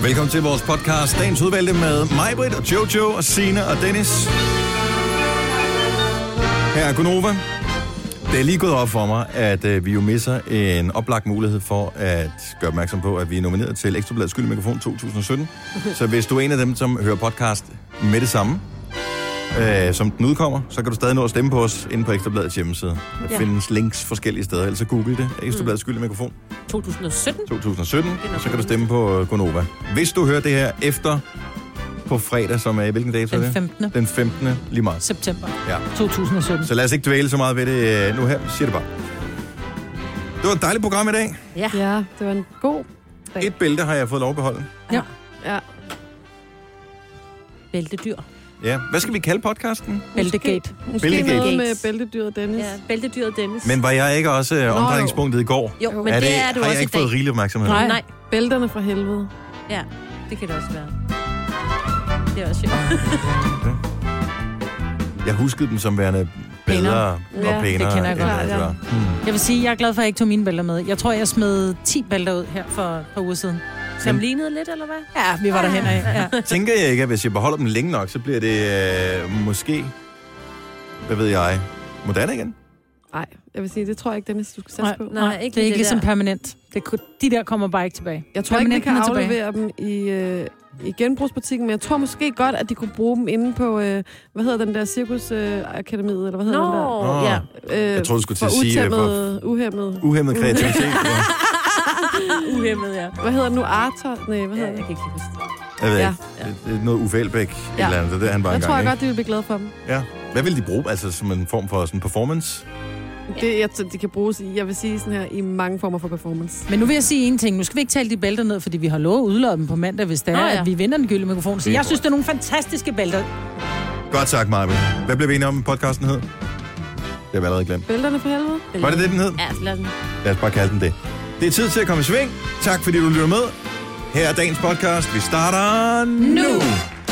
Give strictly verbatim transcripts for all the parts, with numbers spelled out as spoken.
Velkommen til vores podcast, dagens udvalgte med mig, Britt, og Jojo, og Signe og Dennis. Her er Gunova. Det er lige gået op for mig, at øh, vi jo misser en oplagt mulighed for at gøre opmærksom på, at vi er nomineret til Ekstra Bladets Gyldne Mikrofon to tusind sytten. Så hvis du er en af dem, som hører podcast med det samme, øh, som den udkommer, så kan du stadig nå at stemme på os inde på Ekstra Bladets hjemmeside. Der ja. findes links forskellige steder, ellers så google det. Ekstra Bladets Gyldne Mikrofon. to tusind sytten. to tusind sytten, og så kan du stemme på Gunova. Hvis du hører det her efter på fredag, som er hvilken dato er det? Den femtende. Den femtende lige meget. September Ja. to tusind sytten. Så lad os ikke dvæle så meget ved det nu her. Siger det bare. Det var et dejligt program i dag. Ja, ja det var en god dag. Et bælte har jeg fået lov at beholde. Ja. Ja. Bæltedyr. Ja. Hvad skal vi kalde podcasten? Bæltegate. Måske Bæltegate. noget med bæltedyret Dennis. Ja, bæltedyret Dennis. Men var jeg ikke også Nå, omdrejningspunktet i går? Jo, men er det, det er du har også jeg ikke i dag. fået rigelig opmærksomhed? Nej. Nej. Bælterne fra helvede. Ja, det kan det også være. Det er også sjovt. Jeg huskede dem som værende bedre og Ja, pænere. det kender jeg end godt, det ja. var. Hmm. Jeg vil sige, jeg er glad for, at jeg ikke tog mine bælter med. Jeg tror, jeg smed ti bælter ud her for et par uger siden. Som lignede lidt, eller hvad? Ja, vi var derhen af. Ja. Tænker jeg ikke, at hvis jeg beholder dem længe nok, så bliver det øh, måske, hvad ved jeg, moderne igen? Nej, jeg vil sige, det tror jeg ikke, Dennis, du skal satse Nej, på. Nej, ikke Det er ikke det ligesom der. permanent. Det, de der kommer bare ikke tilbage. Jeg tror ikke, vi kan Permanenten er tilbage. aflevere dem i, øh, i genbrugsbutikken, men jeg tror måske godt, at de kunne bruge dem inde på, øh, hvad hedder den der, Cirkusakademiet, øh, eller hvad hedder den der? Nå, Nå. ja. Øh, Jeg troede, du skulle til for at sige, utæmmet, uhæmmet. Uhæmmet kreativitet. Ja. Uhæmmet, ja. Hvad hedder den nu? Arthur? Nej, hvad Ja, hedder jeg den? kan ikke huske det. Jeg ved Ja. ikke. Det, det er noget Uffe Elbæk, Ja. ja. eller andet. Det er der, han var Jeg engang, tror jeg ikke? godt, de vil blive glade for dem. Ja. Hvad vil de bruge? Altså som en form for sådan performance? Det, jeg, tror, de kan bruges i, jeg vil sige sådan her, i mange former for performance. Men nu vil jeg sige en ting. Nu skal vi ikke tale de bælter ned, fordi vi har lovet at udlade dem på mandag, hvis det er, Nå, ja. at vi vinder den gyldne mikrofon. Så Det er jeg synes, godt. det er nogle fantastiske bælter. Godt sagt, Marvin. Hvad blev vi enige om, podcasten hed? Det har vi allerede glemt. Bælterne for helvede? Var det det, den hed? Ja, lad den. Lad os bare kalde den det. Det er tid til at komme i sving. Tak fordi du lytter med. Her er dagens podcast. Vi starter nu.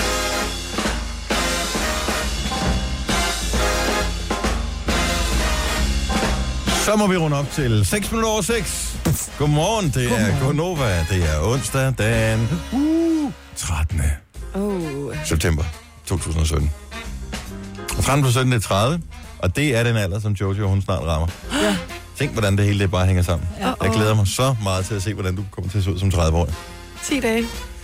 Så må vi runde op til seks minutter over seks. Godmorgen, det er Gunova. Det er onsdag den uh, trettende Oh. september to tusind sytten. Og tretten plus sytten, det er tredive. Og det er den alder, som Jojo, hun snart rammer. Ja. Tænk, hvordan det hele det bare hænger sammen. Ja. Jeg glæder mig så meget til at se, hvordan du kommer til at se ud som tredive-årig. ti dage.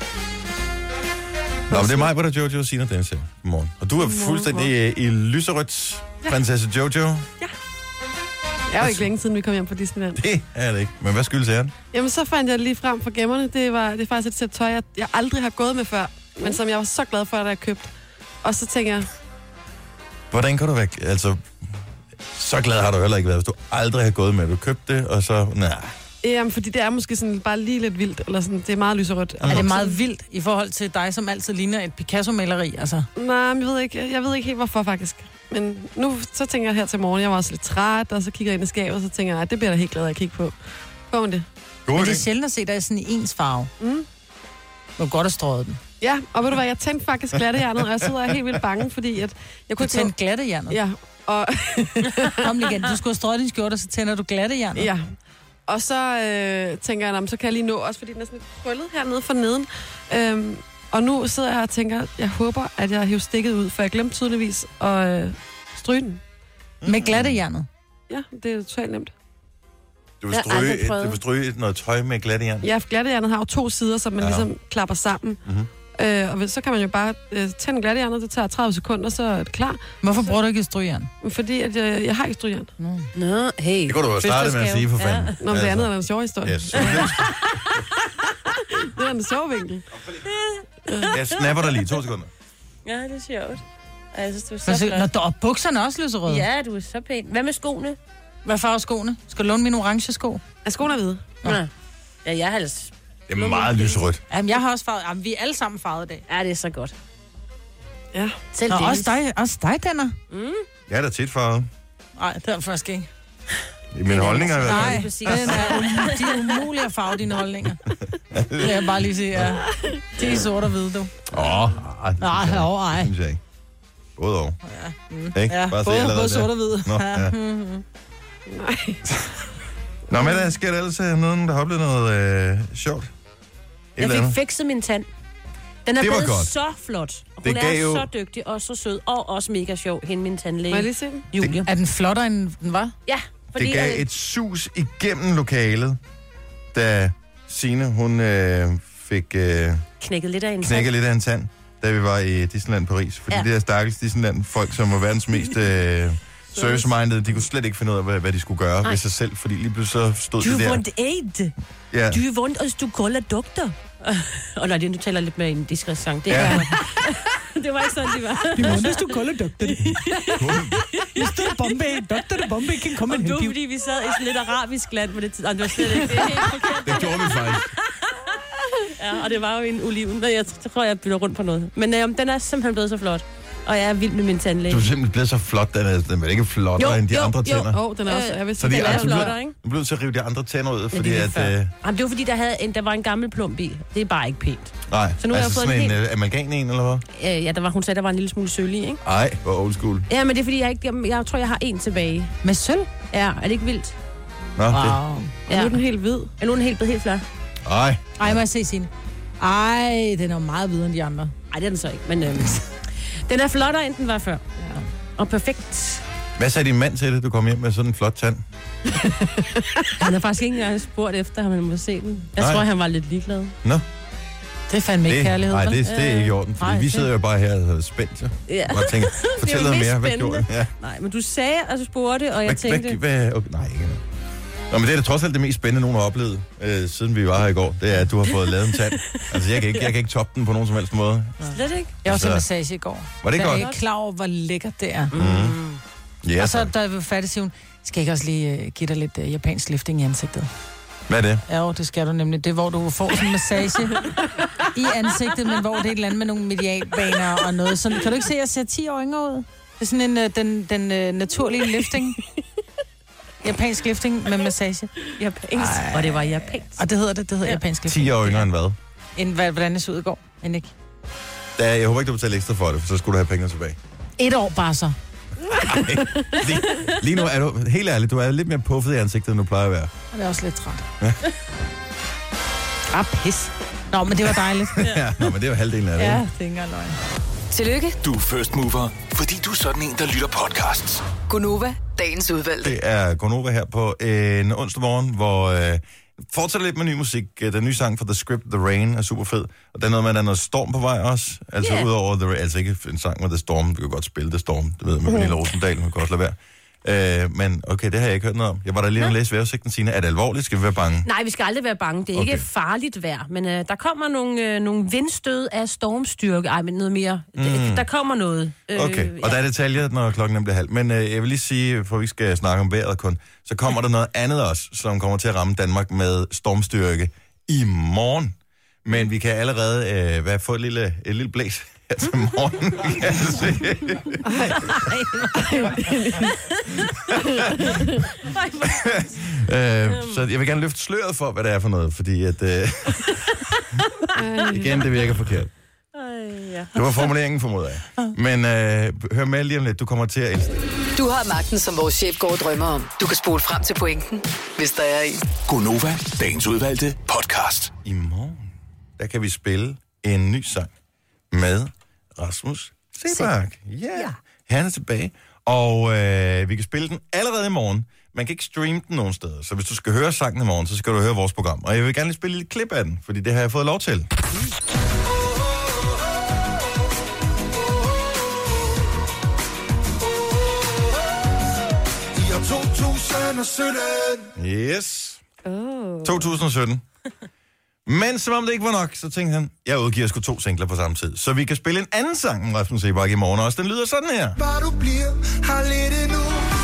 Nå, men det er mig, hvor der Jojo og Sina Dennis her. Godmorgen. Og du er Godmorgen. fuldstændig i lyserødt, prinsesse Jojo. Det er jo ikke længe siden, vi kom hjem fra Disneyland. Det er det ikke. Men hvad skyldes æren? Jamen, så fandt jeg lige frem fra gemmerne. Det, var, det er faktisk et sæt tøj, jeg, jeg aldrig har gået med før, men som jeg var så glad for, at jeg købte. Og så tænker jeg, Hvordan kan du være... Altså, så glad har du heller ikke været, hvis du aldrig har gået med. Du købte det, og så... Nej. jamen, fordi det er måske sådan bare lige lidt vildt, eller sådan, det er meget lyserødt. Er det meget vildt i forhold til dig, som altid ligner et Picasso-maleri? Altså. Nej, men jeg ved, ikke, jeg ved ikke helt, hvorfor faktisk. Men nu så tænker jeg her til morgen, jeg var også lidt træt, og så kigger jeg ind i skabet, og så tænker jeg, at det bliver jeg da helt glad af at kigge på. Hvor man det? God Men det er idé. sjældent at se dig i sådan i ens farve. Mm. Hvor godt at strøget den. Ja, og ved du hvad, jeg tændte faktisk glattehjernet, og jeg sidder helt vildt bange, fordi at jeg Du kunne tændte glattehjernet. Ja, og... Kom lige igen. Du skulle have strøget din skjorte, så tænder du glattehjernet. Ja. Og så øh, tænker jeg, jamen, så kan jeg lige nå, også fordi den er sådan lidt krøllet hernede for neden. Øhm, og nu sidder jeg og tænker, jeg håber, at jeg hiver stikket ud, for jeg glemte tydeligvis at øh, stryge den. Med glattehjernet. Ja, det er totalt nemt. Du vil Jeg har stryge, aldrig prøvet. du vil stryge noget tøj med glattejern. Ja, for glattehjernet har jo to sider, som man Ja. ja. ligesom klapper sammen. Mhm. Øh, og hvis- så kan man jo bare øh, tænde glattehjernet, det tager tredive sekunder, så er det klar. Hvorfor bruger du ikke et strygejern? Fordi at jeg, jeg har ikke strygejern. Nå. Nå, hey. Det kunne du jo starte med at sige, for fanden. Nå, men det andet er en sjov historie. Yes. Det er en sjov vinkel. Jeg snapper dig lige. To sekunder. Ja, det er sjovt. Ej, jeg synes, du er Hvad så så, når flot. der er bukserne også lyserøde? Ja, du er så pæn. Hvad med skoene? Hvad farve er skoene? Skal du låne mine orange sko? Er skoene er hvide? Nå. Ja, jeg har ellers... Det er meget lyserødt. Jamen, jeg har også farvet. Jamen, vi er alle sammen farvet i dag. Ja, det er så godt. Ja. Selv Nå, Dennis. også dig, også dig, Danner. Jeg er da tit farvet. Nej, det er faktisk ikke. I mine holdninger i hvert fald. Nej, præcis. den er, um, de er umulige at farve dine holdninger. Det vil jeg bare lige sige, ja. De er sort og hvide, du. Åh, oh, Nej, jo, ej. synes jeg ikke. Både og. Ja, mm. Ikke? ja Bare se både, allerede både der. sort og hvide. Nå, Ja. ja. Nej. Nå, men der sker der ellers øh, nogen, der har oplevet noget øh, sjovt? Jeg eller fik andet. fikset min tand. Den er Det var blevet godt. så flot. Hun Det er gav jo- så dygtig og så sød, og også mega sjov, hende min tandlæge. Må jeg lige se den? Julie. Er den flottere, end den var? Ja, fordi... Det gav at- et sus igennem lokalet, da Signe, hun øh, fik øh, knækket lidt af en knækket lidt af en tand, da vi var i Disneyland Paris. Fordi ja. Ja. det der stakkels Disneyland-folk, som var verdens mest øh, service-minded, de kunne slet ikke finde ud af, hvad, hvad de skulle gøre Nej. ved sig selv, fordi lige pludselig så stod Do de you der. want aid? Ja. Do you want us to call a doctor? Og nej, det nu taler lidt med en diskret sang. Det, Ja. ja. det var ikke sådan, de var. Vi må næsten kolde doktor. mister Bombay. Doktor Bombay kan komme Og and det var, help you. fordi vi sad i sådan lidt arabisk land på det tidspunkt. Det var slet ikke det. Er helt forkert. Det gjorde vi faktisk. Ja, og det var jo en oliven. Jeg t- tror, jeg bytter rundt på noget. Men øh, den er simpelthen blevet så flot. Og jeg er vild med min tandlæge. Du er simpelthen blevet så flot, den er, den er ikke flottere Jo, end de jo, andre jo. tænder. Åh, oh, den er også... Øh, Jeg vil Så sige, de den er andre, flottere, ikke? du blev nødt til at rive de andre tænder ud, fordi det er at... før. Øh, Jamen, det var fordi, der, havde en, der var en gammel plump i. Det er bare ikke pænt. nej, Så nu har jeg altså fået sådan en en øh, amalgam en, eller hvad? Øh, ja, der var, hun sagde, der var en lille smule sølv i, ikke? Ej, hvor old school. Ja, men det er fordi, jeg, ikke, jeg, jeg tror, jeg har en tilbage. Med sølv? Ja, er det ikke vildt? Nå, det. Wow. Og Ja. nu er den helt hvid. Er nu er den helt blevet helt flot? Ej, Ej, må jeg se sin. Ej, den er jo meget videre end de andre. Nej, det er den så ikke. Men øhm, den er flottere, end den var før. Ja. Og perfekt. hvad sagde din mand til det, du kom hjem med sådan en flot tand? Han har faktisk ikke engang spurgt efter, om han må se den. Jeg Nej. tror, han var lidt ligeglad. Nå, Det er fandme ikke det, kærlighed. nej, vel? det, det er ikke i orden, fordi Nej, vi det- sidder jo bare her og er spændt, jo. Ja. Og tænker, fortæl noget mest mere, hvad spændende. gjorde jeg? Ja. Nej, men du sagde, og så spurgte, og jeg Hvad, tænkte... hvad, hvad, okay, nej, ikke noget. Nå, men det er da trods alt det mest spændende, nogen har oplevet, øh, siden vi var her i går. Det er, at du har fået lavet en tand. Altså, jeg kan ikke, jeg kan ikke toppe den på nogen som helst måde. Slet ikke. Jeg var til Altså, massage i går. var det jeg er godt? ikke klar over, hvor lækkert det er. Mm. Ja, Og så så. da jeg var færdig, siger hun, skal jeg ikke også lige uh, give dig lidt uh, japansk lifting i ansigtet? Hvad er det? Ja, jo, det skal du nemlig. Det er, hvor du får sådan en massage i ansigtet, men hvor det er et eller andet med nogle medialbaner og noget. Sådan, kan du ikke se, at jeg ser ti år yngre ud? Det er sådan en, uh, den, den uh, naturlige lifting. Japansk lifting med massage. Japansk. Og det var japansk. Og det hedder det, det hedder ja. japansk lifting. ti år yngre end hvad? End hvad, hvordan det så ud i går, end ikke. Da, jeg håber ikke, du betaler ekstra for det, for så skulle du have penge tilbage. Et år bare så. Lige, lige nu er du, helt ærligt, du er lidt mere puffet i ansigtet, end du plejer at være. Og det er også lidt træt. Ja. Ah, pis. Nå, men det var dejligt. Ja, nå, men det er jo halvdelen af det. Ja, Ja. det er ikke engang løgn. Tillykke, Du er first mover, fordi du er sådan en, der lytter podcasts. Gunova, dagens udvalgte. Det er Gonova her på en onsdag morgen, hvor øh, fortsætter lidt med ny musik. Den nye sang fra The Script, The Rain, er super fed. Og der er noget med, at der er noget storm på vej også. Altså Yeah. udover The Rain, altså ikke en sang med The Storm. Du kan godt spille The Storm, du ved, med Pernille Rosendal, man kan også lade være. Øh, men okay, det har jeg ikke hørt noget om. Jeg var der lige og læse vejrudsigten, Signe. Er det alvorligt? Skal vi være bange? Nej, vi skal aldrig være bange. Det er Okay. ikke farligt vejr. Men øh, der kommer nogle, øh, nogle vindstød af stormstyrke. Ej, men noget mere. Mm. Der kommer noget. Øh, Okay, og der er detaljer, når klokken bliver halv. Men øh, jeg vil lige sige, for vi skal snakke om vejret kun, så kommer der noget andet også, som kommer til at ramme Danmark med stormstyrke i morgen. Men vi kan allerede øh, hvad, få et lille, et lille blæs her til morgen. Kan jeg se. øh, så jeg vil gerne løfte sløret for, hvad det er for noget, fordi at, øh, igen, det virker forkert. Ej, ja. Det var formuleringen, formoder jeg. Men øh, hør med lige om lidt, du kommer til at elske det. Du har magten, som vores chef går og drømmer om. Du kan spole frem til pointen, hvis der er en. Gonova, dagens udvalgte podcast. I morgen, der kan vi spille en ny sang med Rasmus Sebak. Ja, yeah. Han er tilbage. Og øh, vi kan spille den allerede i morgen. Man kan ikke streame den nogen steder. Så hvis du skal høre sangen i morgen, så skal du høre vores program. Og jeg vil gerne lige spille et lille klip af den, fordi det har jeg fået lov til. to tusind sytten. Yes. Oh. to tusind sytten. Men som om det ikke var nok, så tænkte han, jeg udgiver sgu to singler på samme tid. Så vi kan spille en anden sang med Rasmus Sebak i morgen også. Den lyder sådan her. Bare du bliver her lidt endnu.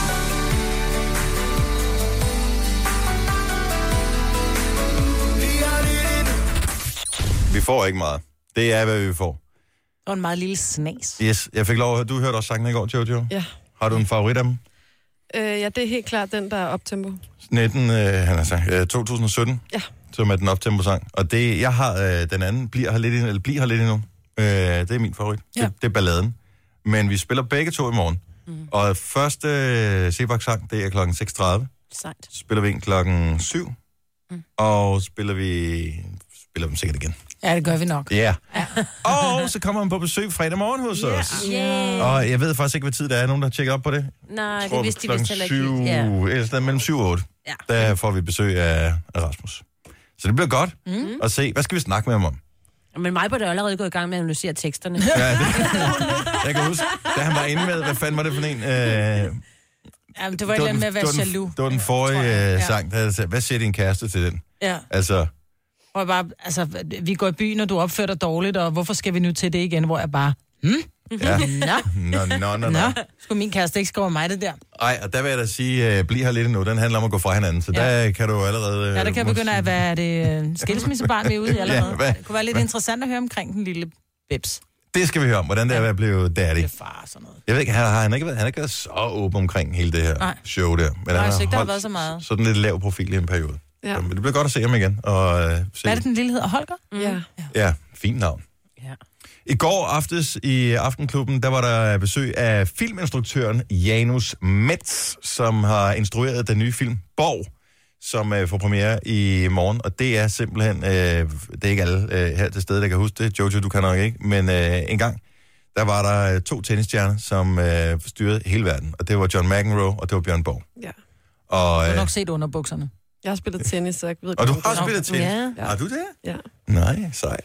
Vi får ikke meget. Det er, hvad vi får. Og en meget lille snas. Yes, jeg fik lov at høre. Du hørte også sangen i går, Jojo. Ja. Har du en favorit af dem? Øh, ja, det er helt klart den, der er optempo. nitten, øh, han har sagt, øh, to tusind sytten, Ja. som er den optempo-sang. Og det, jeg har øh, den anden, bliver her lidt endnu, eller bliver her lidt endnu. Øh, det er min favorit. Ja. Det, det er balladen. Men vi spiller begge to i morgen. Mm. Og første øh, Sebak-sang, det er klokken seks tredive. Sejt. Så spiller vi en klokken syv. Mm. Og spiller vi spiller dem sikkert igen. Ja, det gør vi nok. Ja. Yeah. Og så kommer han på besøg fredag morgen hos Yeah. os. Yeah. Og jeg ved faktisk ikke, hvad tid der er. Nogen, der tjekker op på det? Nej, Tror, det vidste de klokken vist heller syv, ikke. Ja. Eller sådan mellem syv og otte. Ja. Der får vi besøg af, af Rasmus. Så det bliver godt mm. at se. Hvad skal vi snakke med ham om? Men mig var det allerede gået i gang med at analysere teksterne. Ja, det, jeg kan huske, da han var inde med, hvad fanden var det for en? Øh, Jamen, det var et eller andet med at være det var den, jaloux. Det var den forrige tror jeg. øh, Ja. sang, der havde sagt, hvad siger din kæreste til den? Ja. Altså, Og jeg bare, altså, vi går i byen, og du opfører dig dårligt, og hvorfor skal vi nu til det igen, hvor jeg bare, hmm? ja. Nå, Nå, nå, nå, nå. nå, skulle min kæreste ikke skrive mig det der? Ej, og der vil jeg da sige, uh, bliv her lidt endnu. Den handler om at gå fra hinanden, så Ja. der kan du allerede... Uh, Ja, der kan jeg begynde at være det øh, skilsmissebarn, vi er ude i allerede. Ja, hvad- Det kunne være lidt hvad- interessant at høre omkring den lille bebs. Det skal vi høre om, hvordan det er at blive daddy. Det er far og sådan noget. Jeg ved ikke, han har, han har ikke været, han har ikke været så åben omkring hele det her Nej. show der. Men Nej, han jeg synes ikke, der har holdt været så meget. sådan lidt lav profil i en periode. Ja. Så, men det bliver godt at se ham igen. Og, uh, se. Hvad er det, den lille hedder? Holger? Ja. Ja, fint navn. Ja. I går aftes i Aftenklubben, der var der besøg af filminstruktøren Janus Metz, som har instrueret den nye film Borg, som øh, får premiere i morgen. Og det er simpelthen, øh, det er ikke alle øh, her til stede, der kan huske det. Jojo, du kan nok ikke. Men øh, en gang, der var der øh, to tennisstjerner, som øh, styrede hele verden. Og det var John McEnroe, og det var Bjørn Borg. Ja. Og, Du har øh, nok set underbukserne. Jeg har spillet tennis, så jeg ved og du godt, har hvor spillet tennis? Ja. Har du det? Ja. Nej, sejt.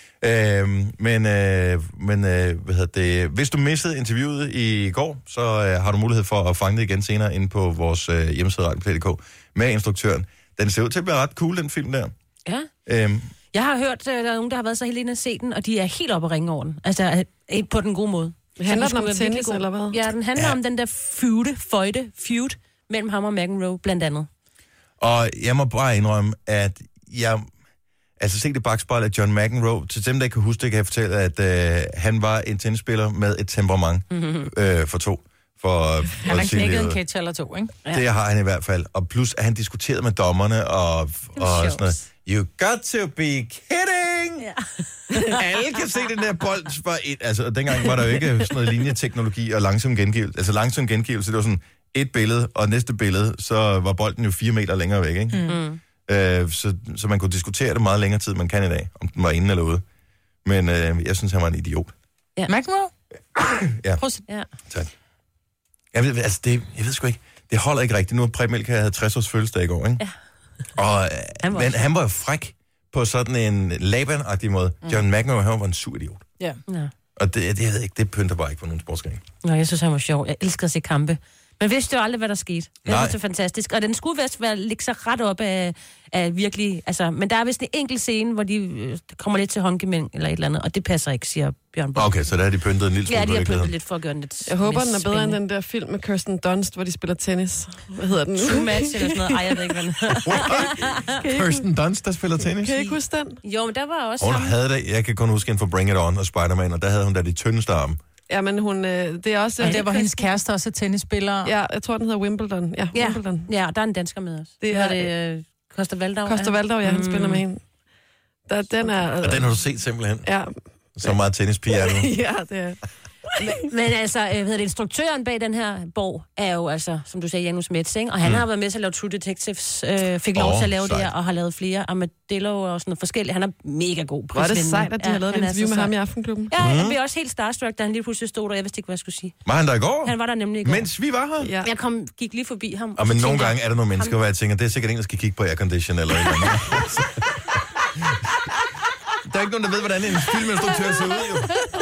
Øhm, men øh, men øh, hvad hedder det? Hvis du missede interviewet i går, så øh, har du mulighed for at fange det igen senere inde på vores øh, hjemmeside radioplay punktum d k med instruktøren. Den ser ud til at blive ret cool, den film der. Ja. Øhm, Jeg har hørt, at der er nogen, der har været så helt inde at se den, og de er helt oppe at ringe over den. Altså, øh, på den gode måde. Handler Så den om skulle være virkelig tennis, god. eller hvad? Ja, den handler Ja. om den der feude, føjte, feud mellem ham og McEnroe, blandt andet. og jeg må bare indrømme, at jeg... Altså set i bakspejlet af John McEnroe, til dem, der ikke kan huske det, kan jeg fortælle, at øh, han var en tennisspiller med et temperament øh, for to. For, Han for har at sige knækket en det. catch eller to, ikke? Det har han i hvert fald. Og plus, at han diskuterede med dommerne og, og sådan noget. You got to be kidding! Ja. Alle kan se den der bold. Var et, altså, dengang var der jo ikke sådan noget linjeteknologi og langsom gengivelse. Altså langsom gengivelse, det var sådan et billede, og næste billede, så var bolden jo fire meter længere væk, ikke? Mm. Øh, så, så man kunne diskutere det meget længere tid, man kan i dag, om den var inde eller ude. Men øh, jeg synes, han var en idiot. Ja. McEnroe? Ja. Prøv at se. Ja. Tak. Jeg ved, altså, det, jeg ved sgu ikke. Det holder ikke rigtigt. Nu har Preben Melka havde tres års fødselsdag i går, ikke? Ja. Og, øh, Han var men også- han var jo fræk på sådan en Laban-agtig måde. Mm. John McEnroe, han var en sur idiot. Ja. Ja. Og det, det, jeg ved ikke, det pynter bare ikke på nogen sportsgren. Nå, jeg synes, han var sjov. Jeg elsker at se kampe. Men vidste jo aldrig, hvad der skete. Det Nej. var så fantastisk. Og den skulle vist være ligge så ret op af, af virkelig... Altså, men der er vist en enkelt scene, hvor de øh, kommer lidt til håndgemæng eller et eller andet, og det passer ikke, siger Bjørn Borg. Okay, så der er de pyntet en lille smule Ja, de på har virkeligheden. pyntet lidt for at gøre den lidt Jeg håber, mere den er bedre end spændende. den der film med Kirsten Dunst, hvor de spiller tennis. Hvad hedder den nu? True Match eller sådan noget. Ej, jeg ved ikke, hvad den hedder. Kirsten Dunst, der spiller tennis. Kan I ikke huske den? Jo, men der var også Hun ham. havde det, jeg kan kun huske en for Bring It On og Spider-Man, og der havde hun da de tyndeste arme. Ja, men hun, øh, det er også... Og der var hendes kæreste også tennisspiller. Ja, jeg tror, den hedder Wimbledon. Ja, Ja, Wimbledon. ja, og der er en dansker med os. Det Hvad er- er det øh, Koster Valdau? Koster Valdau, ja, han Mm. spiller med hende. Der, den er... Og den har du set simpelthen. Ja, Så meget tennispige er nu. ja, det er... Men altså, øh, hvad hedder det, instruktøren bag den her Borg er jo altså, som du sagde, Janus Metz, ikke? Og han mm. har været med til at lave True Detectives, øh, fik lov Åh, til at lave sejt. det her, og har lavet flere Armadillo og sådan noget forskelligt. Han er mega god. Hvor er det prisvindende. sejt, at de har lavet et han er interview så med ham i sej. Aftenklubben. Ja, jeg blev også helt starstruck, da han lige pludselig stod der. Jeg vidste ikke, hvad jeg skulle sige. Var han der i går? Han var der nemlig i går. Mens vi var her? Ja. Jeg kom, gik lige forbi ham. Og så men nogle tænkte gange er der nogle mennesker, hvor jeg tænker, det er sikkert en, der skal kigge på aircondition eller et eller andet. Der er ikke nogen, der ved, hvordan en filminstruktør ser ud, jo.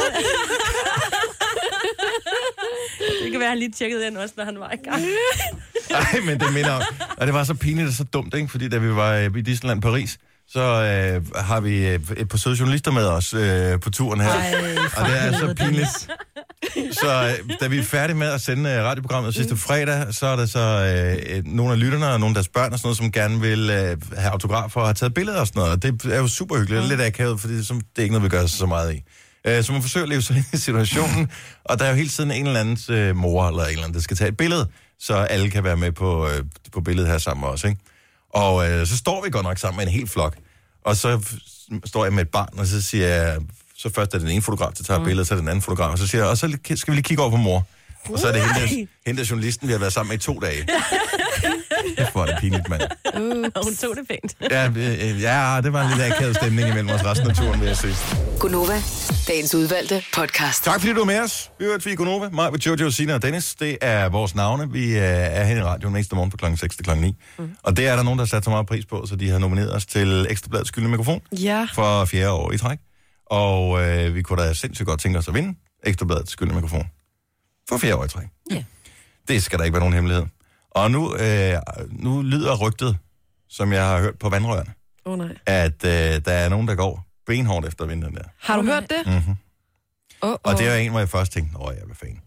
Det kan være, han lige tjekkede den også, når han var i gang. Nej, men det minder om. Og det var så pinligt og så dumt, ikke? Fordi da vi var øh, i Disneyland Paris, så øh, har vi øh, et par søde journalister med os øh, på turen her. Ej, og det er så pinligt. Så øh, da vi er færdige med at sende øh, radioprogrammet sidste fredag, så er der så øh, nogle af lytterne og nogle af deres børn og sådan noget, som gerne vil øh, have autografer og have taget billeder og sådan noget. Og det er jo super hyggeligt. Det er lidt akavet, fordi det er, det er ikke noget, vi gør så meget i. Øh, så man forsøger at leve sig ind i situationen, og der er jo hele tiden en eller andens øh, mor eller en eller anden, der skal tage et billede, så alle kan være med på, øh, på billedet her sammen også, ikke? Og øh, så står vi godt nok sammen med en hel flok, og så f- står jeg med et barn, og så siger jeg, så først er den ene fotograf, der tager mm. billedet, så er den anden fotograf, og så siger jeg, og så skal vi lige kigge over på mor. Og så er det hende, der, hende der journalisten, vi har været sammen med i to dage. Det var det pinligt, mand. Og hun tog det pænt. Ja, øh, ja, det var en lidt akavet stemning imellem os resten af turen, vil jeg sige. Gunova, dagens udvalgte podcast. Tak fordi du er med os. Vi hørte vi i Gunova. Mig, Jojo, Sina og Dennis. Det er vores navne. Vi er her i radioen næste morgen fra klokken seks til klokken ni. Mm. Og det er der nogen, der har sat så meget pris på, så de har nomineret os til Ekstrabladets Gyldne Mikrofon. Ja. For fjerde år i træk. Og øh, vi kunne da sindssygt godt tænke os at vinde Ekstrabladets Gyldne Mikrofon. For fjerde år i træk. Ja. Det skal der ikke være nogen hemmelighed. Og nu, øh, nu lyder rygtet, som jeg har hørt på vandrørene, Åh oh, nej. at øh, der er nogen, der går benhårdt efter at vinde den der. Har du Oh, hørt det? Mm-hmm. Oh, oh. Og det var en, hvor jeg først tænkte, åh, jeg er fan.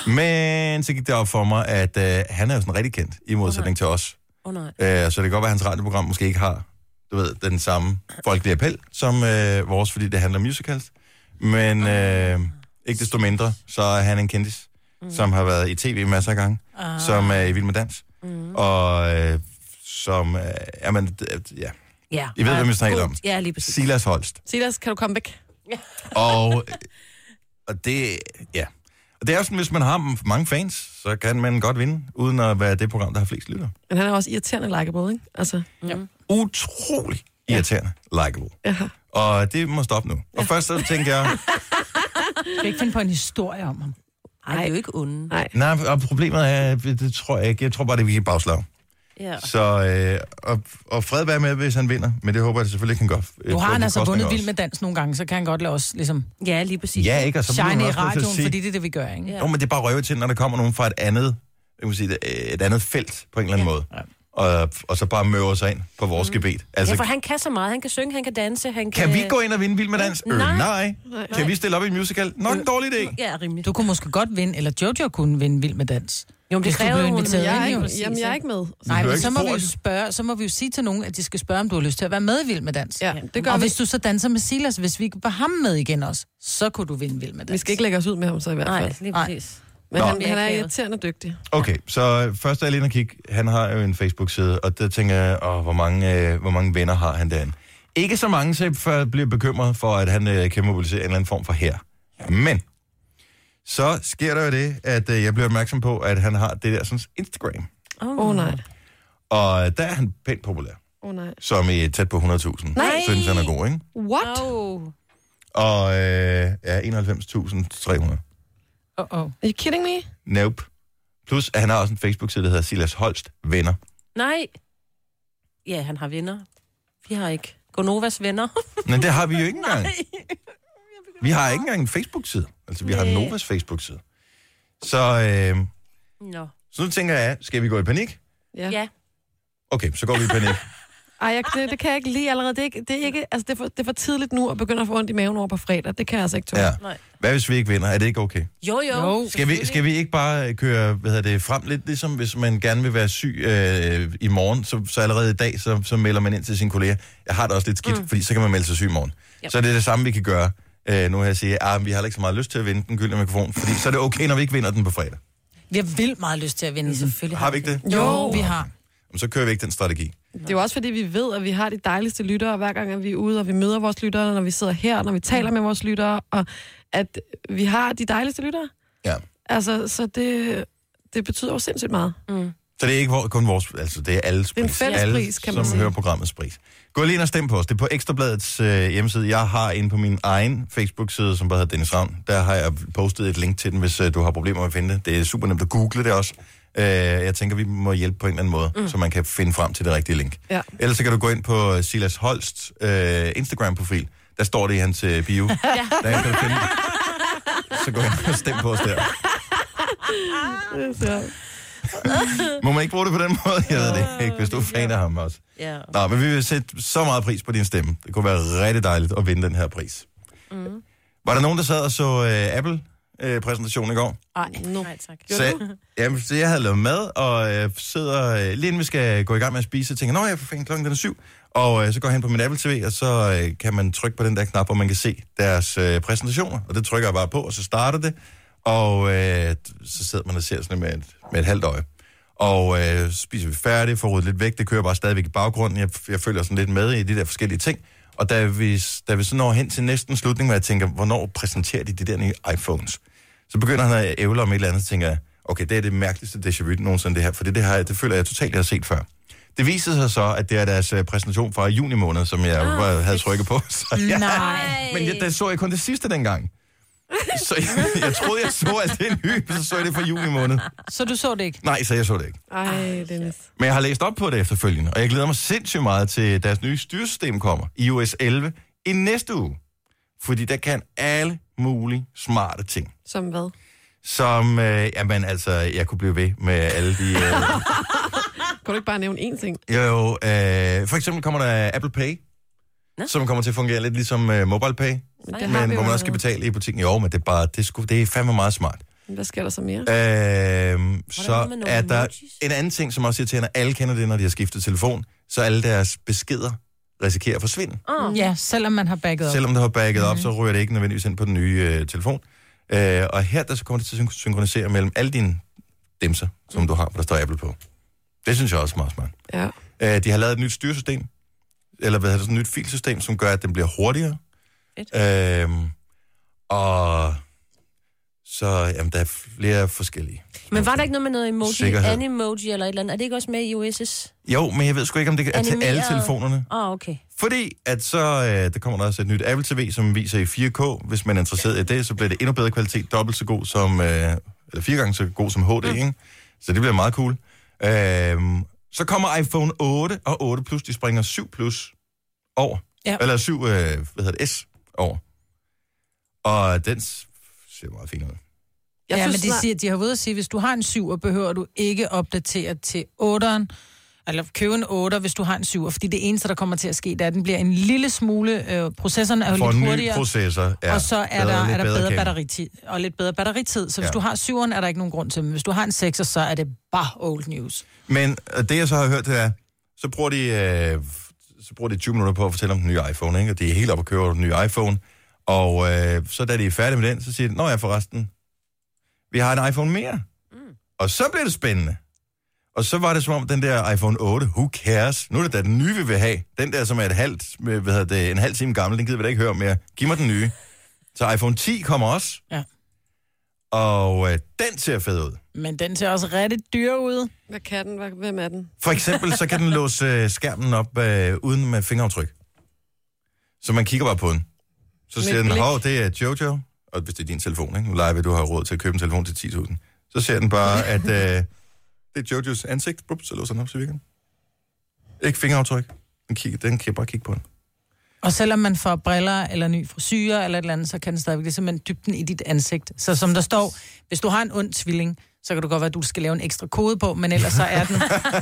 Men så gik det op for mig, at øh, han er jo sådan rigtig kendt, i modsætning oh, til os. Åh oh, nej. Øh, så det kan godt være, at hans radioprogram måske ikke har, du ved, den samme folkelige appel som øh, vores, fordi det handler om musicals. Men øh, ikke desto mindre, så er han en kendis, mm. som har været i tv masser af gange, ah. som er i Vild med Dans. Mm. Og øh, som, øh, jamen, ja, Ja. I ved, hvem vi snakker om. Ja, lige præcis. Silas Holst. Silas, kan du komme væk? Ja. Og, og det, ja. Og det er jo sådan, hvis man har mange fans, så kan man godt vinde, uden at være det program, der har flest lytter. Men han er også irriterende likeable, ikke? Altså, Ja. Utrolig irriterende, likeable. ja. Og det må stoppe nu. Og først så tænker jeg, Du kan ikke finde på en historie om ham. Ej, det er jo ikke onde. Nej. nej, og problemet er, det tror jeg ikke. Jeg tror bare, det er virkelig bagslag. Ja. Så, øh, og, og fred være med, hvis han vinder, men det håber jeg selvfølgelig ikke, han gør. Du har han altså vundet Vild med Dans nogle gange, så kan han godt lade os ligesom Ja, lige præcis. Ja, ikke? Og så bliver shine man i også nødt til at radioen, sige- fordi det er det, vi gør, ikke? Ja. Jo, men det er bare røve til, når der kommer nogen fra et andet, jeg må sige, et, et andet felt på en eller anden Ja. måde. Og, og så bare møver sig ind på vores mm. gebet. Altså, Ja, for han kan så meget. Han kan synge, han kan danse, han kan... kan vi gå ind og vinde Vild med Dans? Øh, Nej. nej. Kan vi stille op i en musical? Nok en dårlig idé. Ja, rimelig. Du kunne måske godt vinde, eller Jojo kunne vinde Vild med Dans. Jo, men det Hvis du kræver blev hun, inviteret Jeg er ind, ikke, jo. jamen, jeg er ikke med. Nej, behøver men ikke så må, vi jo spurgt. spørge, så må vi jo sige til nogen, at de skal spørge, om du har lyst til at være med i Vild med Dans. Ja, det gør og vi. hvis du så danser med Silas, hvis vi var ham med igen også, så kunne du vinde Vild med Dans. Vi skal ikke lægge os ud med ham så i hvert fald. Nej, lige præcis. Men Nå. han, han er irriterende dygtig. Okay, så først er jeg lige at kigge. Han har jo en Facebook-side, og der tænker jeg, åh, hvor, mange, øh, hvor mange venner har han derinde? Ikke så mange, så jeg bliver bekymret for, at han øh, kan mobilisere en eller anden form for her. Men så sker der jo det, at øh, jeg bliver opmærksom på, at han har det der sådan Instagram. Åh Åh oh, nej. Og der er han pænt populær. Åh oh, nej. Som i tæt på hundrede tusind. Nej. Synes han er god, ikke? What? Oh. Og øh, ja, enoghalvfems tusind tre hundrede. Oh, oh. Are you kidding me? Nope. Plus, at han har også en Facebook-side, der hedder Silas Holst Venner. Nej. Ja, han har venner. Vi har ikke. Gonovas venner. Men det har vi jo ikke engang. Vi har ikke engang en Facebook-side. Altså, vi har Nej. Novas Facebook-side. Så, øh, Nå. så nu tænker jeg, skal vi gå i panik? Ja. Ja. Okay, så går vi i panik. Ej, jeg, det, det kan jeg ikke lide allerede. Det er, ikke, det er, ikke, altså, det er, for, det er for tidligt nu at begynde at få ondt i maven over på fredag. Det kan jeg altså ikke tåle. Ja. Nej. Hvad hvis vi ikke vinder? Er det ikke okay? Jo, jo. Jo. Skal vi, skal vi ikke bare køre hvad hedder det, frem lidt, ligesom hvis man gerne vil være syg øh, i morgen, så, så allerede i dag, så, så melder man ind til sine kolleger. Jeg har det også lidt skidt, mm. fordi så kan man melde sig syg i morgen. Yep. Så er det det samme, vi kan gøre. Øh, nu har jeg sige, at vi har ikke så meget lyst til at vinde den gyldne mikrofon, fordi så er det okay, når vi ikke vinder den på fredag. Vi har vildt meget lyst til at vinde den. Selvfølgelig Har vi ikke det? Jo, vi har. Jamen, så kører vi ikke den strategi. Det er jo også fordi, vi ved, at vi har de dejligste lyttere, hver gang at vi er ude, og vi møder vores lyttere, når vi sidder her, når vi taler med vores lyttere, og at vi har de dejligste lyttere. Ja. Altså, så det, det betyder jo sindssygt meget. Mm. Så det er ikke kun vores, altså det er alles Det er en pris. fælles Alle, pris, kan man som sige. hører programmets pris. Gå lige ind og stem på os. Det er på Ekstrabladets øh, hjemmeside. Jeg har inde på min egen Facebook-side, som bare hedder Dennis Ravn. Der har jeg postet et link til den, hvis øh, du har problemer med at finde det. Det er super nemt at google det også. Øh, jeg tænker, vi må hjælpe på en eller anden måde, mm. så man kan finde frem til det rigtige link. Ja. Ellers så kan du gå ind på Silas Holsts øh, Instagram-profil. Der står det i hans øh, bio. Ja. Der kan du finde det. Så gå ind og stem på os der. Så. Må man ikke bruge det på den måde? Jeg ved det ikke, hvis du er fan af ham også. Ja. Nå, men vi vil sætte så meget pris på din stemme. Det kunne være rigtig dejligt at vinde den her pris. Mm. Var der nogen, der sad og så uh, Apple-præsentationen uh, i går? Ej, nej tak. Så, jamen, så jeg havde lavet mad, og uh, sidder, uh, lige inden vi skal gå i gang med at spise, så tænker jeg, nå, jeg får fanden klokken, den er syv. Og uh, så går jeg hen på min Apple T V, og så uh, kan man trykke på den der knap, hvor man kan se deres uh, præsentationer. Og det trykker jeg bare på, og så starter det. Og uh, så sidder man og ser sådan med et, med et halvt øje. Og øh, så spiser vi færdigt, får ryddet lidt væk. Det kører bare stadigvæk i baggrunden. Jeg, jeg følger sådan lidt med i de der forskellige ting. Og da vi, da vi så når hen til næsten slutning, hvor jeg tænker, hvornår præsenterer de de der nye iPhones? Så begynder han at ævle om et eller andet, så tænker jeg, okay, det er det mærkeligste déjà vu nogensinde det her, for det, det, her, det føler jeg totalt, jeg har set før. Det viser sig så, at det er deres uh, præsentation fra juni måned, som jeg ah, havde trykket på. Så, ja. Nej. Men jeg, der så jeg kun det sidste dengang. Så jeg, jeg troede, jeg så alt det nye, så så jeg det fra juni måned. Så du så det ikke? Nej, så jeg så det ikke. Ej, Dennis. Men jeg har læst op på det efterfølgende, og jeg glæder mig sindssygt meget til, deres nye styresystem kommer, i O S elleve, i næste uge. Fordi der kan alle mulige smarte ting. Som hvad? Som, øh, jamen altså, jeg kunne blive ved med alle de... Øh, kan du ikke bare nævne én ting? jo, jo øh, for eksempel kommer der Apple Pay, Nå? som kommer til at fungere lidt ligesom øh, Mobile Pay, Men, det men hvor man også skal betale i butikken. Jo, men det er, bare, det, sku, det er fandme meget smart. Hvad sker der så mere? Øh, så er der en anden ting, som også irriterer, alle kender det, når de har skiftet telefon, så alle deres beskeder risikerer at forsvinde. Oh. Ja, selvom man har backet op. Selvom det har backet op, mm-hmm. så ryger det ikke nødvendigvis ind på den nye øh, telefon. Øh, og her der så kommer det til at synkronisere mellem alle dine dimser, som mm. du har, hvor der står Apple på. Det synes jeg også er meget smart. Ja. Øh, de har lavet et nyt styresystem, eller hvad hedder det, sådan et nyt filsystem, som gør, at den bliver hurtigere. Øh, og så, jamen, der er flere forskellige. Men var der ikke noget med noget emoji, Sikkerhed. Animoji eller et eller andet? Er det ikke også med i O S's? Jo, men jeg ved sgu ikke, om det er Animeret. til alle telefonerne. Åh, oh, okay. Fordi at så, øh, der kommer der også et nyt Apple T V, som viser i fire K. Hvis man er interesseret i det, så bliver det endnu bedre kvalitet, dobbelt så god som, øh, eller fire gange så god som H D, mm. ikke? Så det bliver meget cool. Øh, så kommer iPhone otte og otte Plus, de springer syv Plus over. Ja. Eller syv, øh, hvad hedder det, S over. Og den ser meget fin ud. Jeg ja, synes, men de, siger, de har været at sige, at hvis du har en syver, behøver du ikke opdatere til otteren, eller købe en otter, hvis du har en syver, fordi det eneste, der kommer til at ske, det er, at den bliver en lille smule, øh, processoren er jo For lidt en hurtigere, processor, ja, og så er der, er der bedre, bedre batteritid, batteritid, og lidt bedre batteritid. Så hvis ja. du har syveren, er der ikke nogen grund til, men hvis du har en sekser, så er det bare old news. Men det, jeg så har hørt, det er, så bruger de, øh, så bruger de tyve minutter på at fortælle om den nye iPhone, ikke? Og de er helt op at køre den nye iPhone, og øh, så da de er færdige med den, så siger de, nå ja, forresten, vi har en iPhone mere. Mm. Og så bliver det spændende. Og så var det som om, den der iPhone otte, who cares? Nu er det da den nye, vi vil have. Den der, som er et halvt, hvad hedder det, en halv time gammel, den gider vi da ikke høre mere. Giv mig den nye. Så iPhone ti kommer også. Ja. Og øh, den ser fed ud. Men den ser også rigtig dyr ud. Hvad kan den? Hvem er den? For eksempel, så kan den låse øh, skærmen op øh, uden med fingeraftryk. Så man kigger bare på den. Så siger den, hov, det er Jojo. Og hvis det er din telefon, ikke? Nu leger vi, du har råd til at købe en telefon til ti tusind. Så ser den bare, at øh, det er Jojos ansigt. Brup, så låser den op, så virker den. Ikke fingeraftryk. Den, kigger, den kan bare kigge på den. Og selvom man får briller eller ny frisyrer eller et eller andet, så kan den stadigvæk det simpelthen dybden i dit ansigt. Så som der står, hvis du har en ond tvilling, så kan du godt være, at du skal lave en ekstra kode på, men ellers så er den...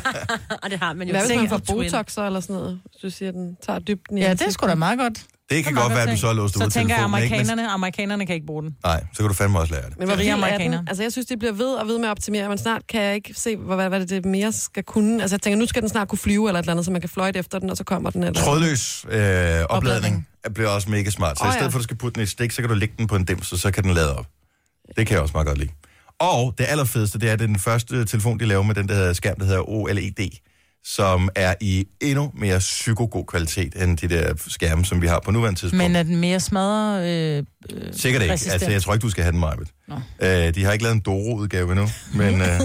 Og det har man jo. Hvad hvis man får Botox så, eller sådan noget? Så du siger, den tager dybden i Ja, det er sgu da meget godt. Det kan godt være, at du så har låst ud af telefonen. Så tænker jeg, amerikanerne, ikke? amerikanerne kan ikke bruge den. Nej, så kan du fandme også lære det. Men hvor vildt er den? Altså, jeg synes, det bliver ved og ved med at optimere, men snart kan jeg ikke se, hvad, hvad det mere skal kunne. Altså, jeg tænker, nu skal den snart kunne flyve eller et eller andet, så man kan fløjte efter den, og så kommer den. Eller... Trådløs øh, opladning, opladning bliver også mega smart. Så oh, i stedet ja. for, at du skal putte den i et stik, så kan du lægge den på en dims, og så kan den lade op. Det kan jeg også meget godt lide. Og det allerfedeste, det er, det er den første telefon, de laver med den der skærm, der hedder O L E D, som er i endnu mere psykogod kvalitet end de der skærme, som vi har på nuværende tidspunkt. Men er den mere smadret øh, øh, Sikkert ikke. resistent? Altså, jeg tror ikke, du skal have den, Majbet. Øh, de har ikke lavet en Doro-udgave endnu, men... Øh...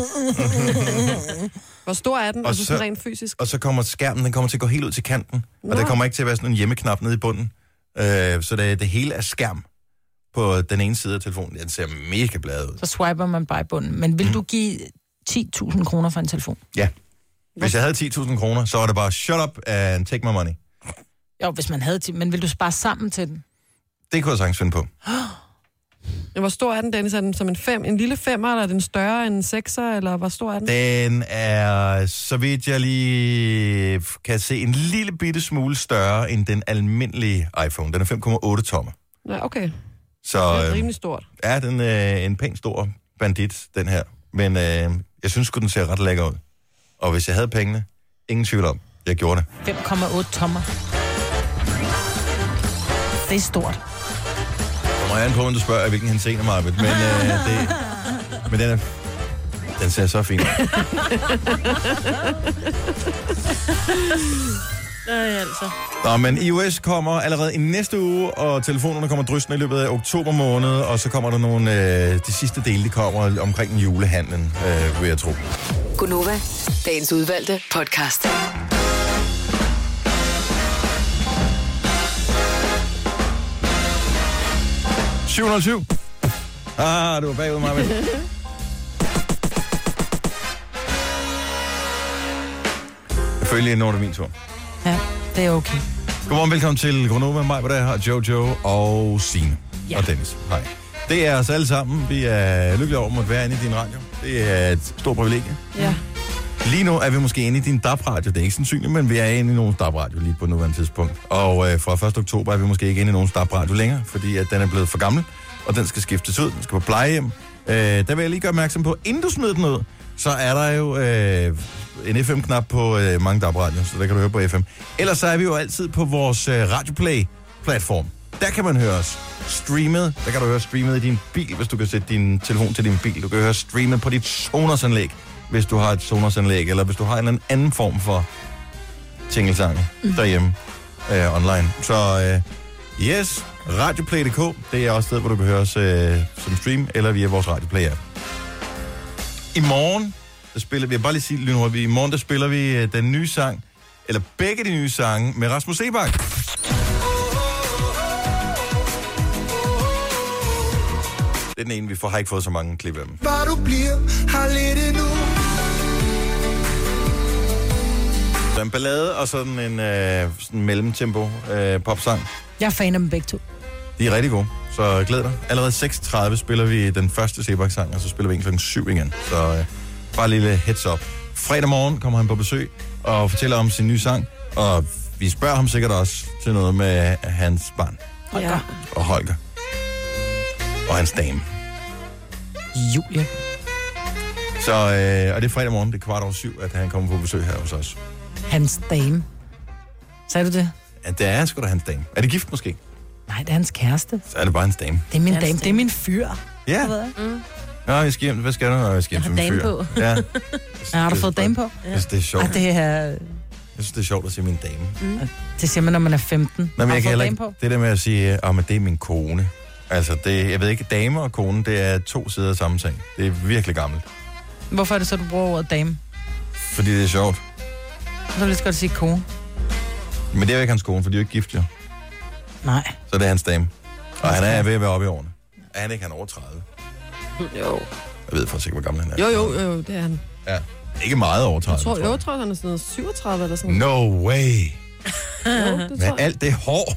Hvor stor er den, og altså så, rent fysisk? Og så kommer skærmen, den kommer til at gå helt ud til kanten, Nå. og der kommer ikke til at være sådan en hjemmeknap nede i bunden. Øh, så det, det hele er skærm på den ene side af telefonen. Den ser mega bladet ud. Så swiper man bare i bunden. Men vil mm. du give ti tusind kroner for en telefon? Ja. Hvis jeg havde ti tusind kroner, så var det bare, shut up and take my money. Jo, hvis man havde ti, men vil du spare sammen til den? Det kunne jeg sagtens finde på. Hvor stor er den, Dennis? Er den som en fem, en lille femmer, eller er den større end en sekser, eller hvor stor er den? Den er, så vidt jeg lige kan se, en lille bitte smule større end den almindelige iPhone. Den er fem komma otte tommer. Ja, okay. Så, det er rimelig stort. Ja, den er en pæn stor bandit, den her. Men øh, jeg synes sgu, den ser ret lækker ud. Og hvis jeg havde pengene, ingen tvivl om, jeg gjorde det. fem komma otte tommer. Det er stort. Kommer jeg an på, om du spørger, hvilken henseende, Marvitt. Men, øh, det, men den, er, den ser så fin ud. Nej, altså. Nå, men iOS kommer allerede i næste uge, og telefonerne kommer drystende i løbet af oktober måned, og så kommer der nogle, øh, de sidste dele, de kommer omkring julehandlen, øh, vil jeg tro. Gunova, dagens udvalgte podcast. syv nul syv. Ah, du var bagud, Marvind. Selvfølgelig når det min tur. Ja, det er okay. Godmorgen, velkommen til Gunova. Mig, hvor der har Jojo og Signe Ja. og Dennis. Hej. Det er os alle sammen. Vi er lykkelige over at være inde i din radio. Det er et stort privilegie. Ja. Lige nu er vi måske inde i din D A B-radio. Det er ikke sandsynligt, men vi er inde i nogen D A B-radio lige på nuværende tidspunkt. Og øh, fra første oktober er vi måske ikke inde i nogen D A B-radio længere, fordi at den er blevet for gammel, og den skal skiftes ud. Den skal på plejehjem. Øh, der vil jeg lige gøre opmærksom på, inden du smider den ud, så er der jo øh, en F M-knap på øh, mange D A B-radioer, så der kan du høre på F M. Ellers så er vi jo altid på vores øh, Radioplay-platform. Der kan man høre os streamet. Der kan du høre streamet i din bil, hvis du kan sætte din telefon til din bil. Du kan høre streamet på dit Sonos-anlæg, hvis du har et Sonos-anlæg, eller hvis du har en eller anden form for tingelsange mm. derhjemme øh, online. Så øh, yes, radioplay punktum d k, det er også sted, hvor du kan høre os øh, som stream, eller via vores Radioplay-app. I morgen, der spiller vi, jeg bare lige sige lynhurtigt, i morgen der spiller vi øh, den nye sang, eller begge de nye sange, med Rasmus Seebach. Det er den ene, vi får, har ikke fået så mange klip af dem. Bare du bliver, har lidt endnu. Så en ballade og sådan en øh, sådan mellemtempo øh, popsang. Jeg er fan af dem begge to. De er rigtig gode, så glæd dig. Allerede seks tredive spiller vi den første Seebach-sang, og så spiller vi en klokken syv igen. Så øh, bare en lille heads up. Fredag morgen kommer han på besøg og fortæller om sin nye sang, og vi spørger ham sikkert også til noget med hans barn. Ja. Og Holger. Og hans dame. Julie. Så, øh, og det er fredag morgen, det er kvart over syv, at han kommer på besøg her hos os. Hans dame. Sagde du det? Ja, det er sgu da hans dame. Er det gift måske? Nej, det er hans kæreste. Så er det bare hans dame. Det er min Hans dame. dame. Det er min fyr. Ja. Mm. Nå, jeg skal hjem. Hvad skal du? Nå, jeg skal hjem Jeg til har min dame fyr. på. Ja. Ja, har du fået dame på? Jeg synes, det er sjovt. Ah, det, er, Jeg synes, det er sjovt at sige min dame. Mm. det siger man, når man er femten. Nå, men Har jeg du kan heller fået ikke... dame på? Det der med at sige, at det er min kone. Altså, det, jeg ved ikke, dame og kone, det er to sider af samme ting. Det er virkelig gammelt. Hvorfor er det så, du bruger ordet dame? Fordi det er sjovt. Så vil jeg lige godt sige kone. Men det er jo ikke hans kone, for de er jo ikke gift, jo. Nej. Så det er hans dame. Og han er ved at være oppe i årene. Er han ikke? Han er over tredive. Jo. Jeg ved faktisk ikke, hvor gammel han er. Jo, jo, jo, det er han. Ja. Ikke meget over tredive, Jeg tror, tror jo, jeg. jeg tror, han er sådan noget syvogtredive eller sådan. No way. Jo, det Med tror jeg. alt det hår.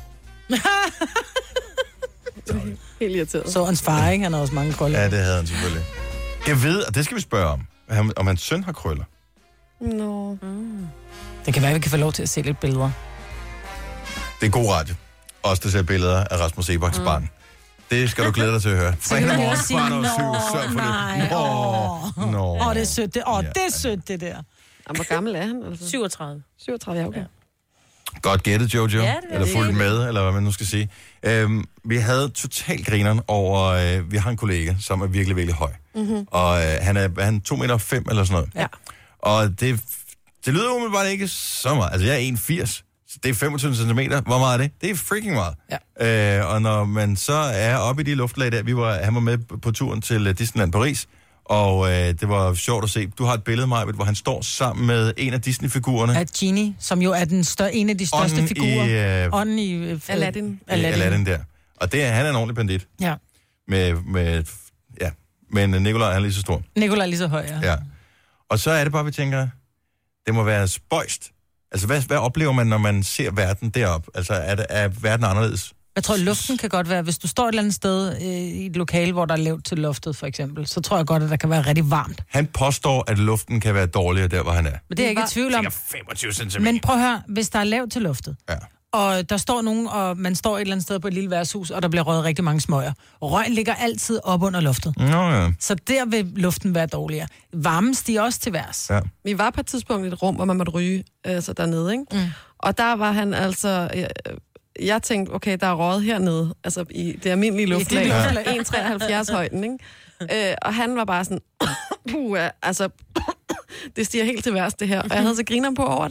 Helt irriteret. Så hans far, ikke? Han har også mange krøller. Ja, det havde han selvfølgelig. Jeg ved, og det skal vi spørge om. Om- Om hans søn har krøller. Nå. Mm. Det kan være, at vi kan få lov til at se lidt billeder. Det er god radio. Også der ser billeder af Rasmus Sebachs mm. barn. Det skal du glæde dig til at høre. Fredag vil jeg morgen, sige, kvart over nå, syv. Sørg for nej, det. Nå, åh. nå. Åh, det er sødt. Det, åh, Ja. det er sødt, det der. Jamen, hvor gammel er han? Altså? syvogtredive. syvogtredive, ja, okay. Ja. Godt gættet, Jojo. Ja, det vil eller jeg fulgt sige. med, eller hvad man nu skal sige. Øhm, vi havde total grineren over... Øh, vi har en kollega, som er virkelig, virkelig høj. Mm-hmm. Og øh, han er han er to meter fem eller sådan noget. Ja. Og det, det lyder umiddelbart ikke så meget. Altså, jeg er en komma firs. Så det er femogtyve centimeter. Hvor meget er det? Det er freaking meget. Ja. Øh, og når man så er oppe i de luftlag der, vi var, han var med på turen til Disneyland Paris, og øh, det var sjovt at se. Du har et billede, Maja, hvor han står sammen med en af Disney-figurerne. At Genie, som jo er den større, en af de største Ånden figurer. i, øh, Ånden i... Øh, Aladdin. Aladdin. Aladdin der. Og det er, han er en ordentlig bandit. Ja. Med, med, ja. Men Nikolaj er lige så stor. Nikolaj er lige så høj, ja. Ja. Og så er det bare, vi tænker, det må være spøjst. Altså, hvad, hvad oplever man, når man ser verden deroppe? Altså, er, det, er verden anderledes? Jeg tror, luften kan godt være, hvis du står et eller andet sted øh, i et lokale, hvor der er lavt til loftet, for eksempel, så tror jeg godt, at der kan være rigtig varmt. Han påstår, at luften kan være dårligere der, hvor han er. Men det er jeg ikke i tvivl om. Sikkert femogtyve centimeter. Men prøv at høre, hvis der er lavt til loftet, Ja. og der står nogen, og man står et eller andet sted på et lille værtshus, og der bliver røget rigtig mange smøger. Røgen ligger altid op under loftet. Nå ja. Så der vil luften være dårligere. Varmen stiger også til værs. Ja. Vi var på et tidspunkt i et rum, hvor man måtte ryge altså dernede, ikke? Mm. Og der var han altså... Jeg, jeg tænkte, okay, der er røget hernede, altså i det almindelige luftlag. Ja. en komma treoghalvfjerds højden, ikke? Øh, og han var bare sådan... Puh, altså... det stiger helt til værs, det her. Og jeg havde så griner på over det.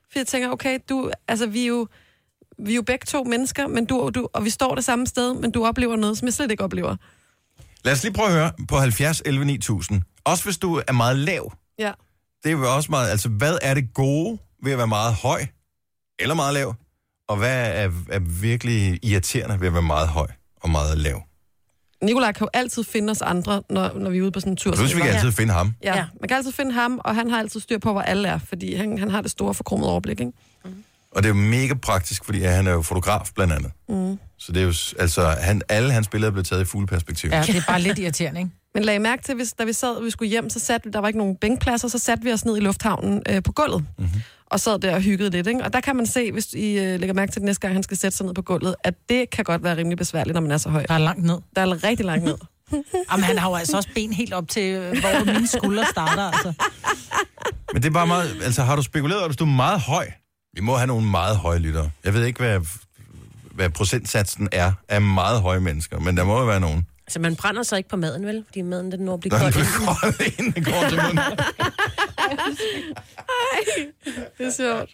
For jeg tænker, okay, du, altså, vi er jo, vi er jo begge to mennesker, men du, du, og vi står det samme sted, men du oplever noget, som jeg slet ikke oplever. Lad os lige prøve at høre på halvfjerds elleve ni tusind. Også hvis du er meget lav. Ja. Det er jo også meget... Altså, hvad er det gode ved at være meget høj eller meget lav? Og hvad er, er virkelig irriterende ved at være meget høj og meget lav? Nikolaj kan jo altid finde os andre, når, når vi er ude på sådan en tur. Plus, vi kan altid finde ham. Ja, man kan altid finde ham, og han har altid styr på, hvor alle er, fordi han, han har det store forkromede overblik, ikke? Mm. Og det er jo mega praktisk, fordi han er jo fotograf, blandt andet. Mm. Så det er jo... Altså, han, alle hans billeder blev taget i fuld perspektiv. Ja, det er bare lidt irriterende, ikke? Men lag I mærke til, hvis, da vi sad, og vi skulle hjem, så satte vi, der var ikke nogen bænkpladser, så satte vi os ned i lufthavnen øh, på gulvet. Mm-hmm. Og sad der og hyggede lidt, ikke? Og der kan man se, hvis I øh, lægger mærke til, at næste gang han skal sætte sig ned på gulvet, at det kan godt være rimelig besværligt, når man er så høj. Der er langt ned. Der er rigtig langt ned. Jamen, han har jo altså også ben helt op til, hvor mine skuldre starter, altså. Men det er bare meget... Altså, har du spekuleret over, hvis du er meget høj? Vi må have nogle meget høje lyttere. Jeg ved ikke, hvad, hvad procentsatsen er af meget høje mennesker, men der må jo være nogen. Altså, man brænder sig ikke på maden, vel? Fordi maden, den når at blive kold. kold. Den kold, inden den går til munden. Ej, det er sjovt.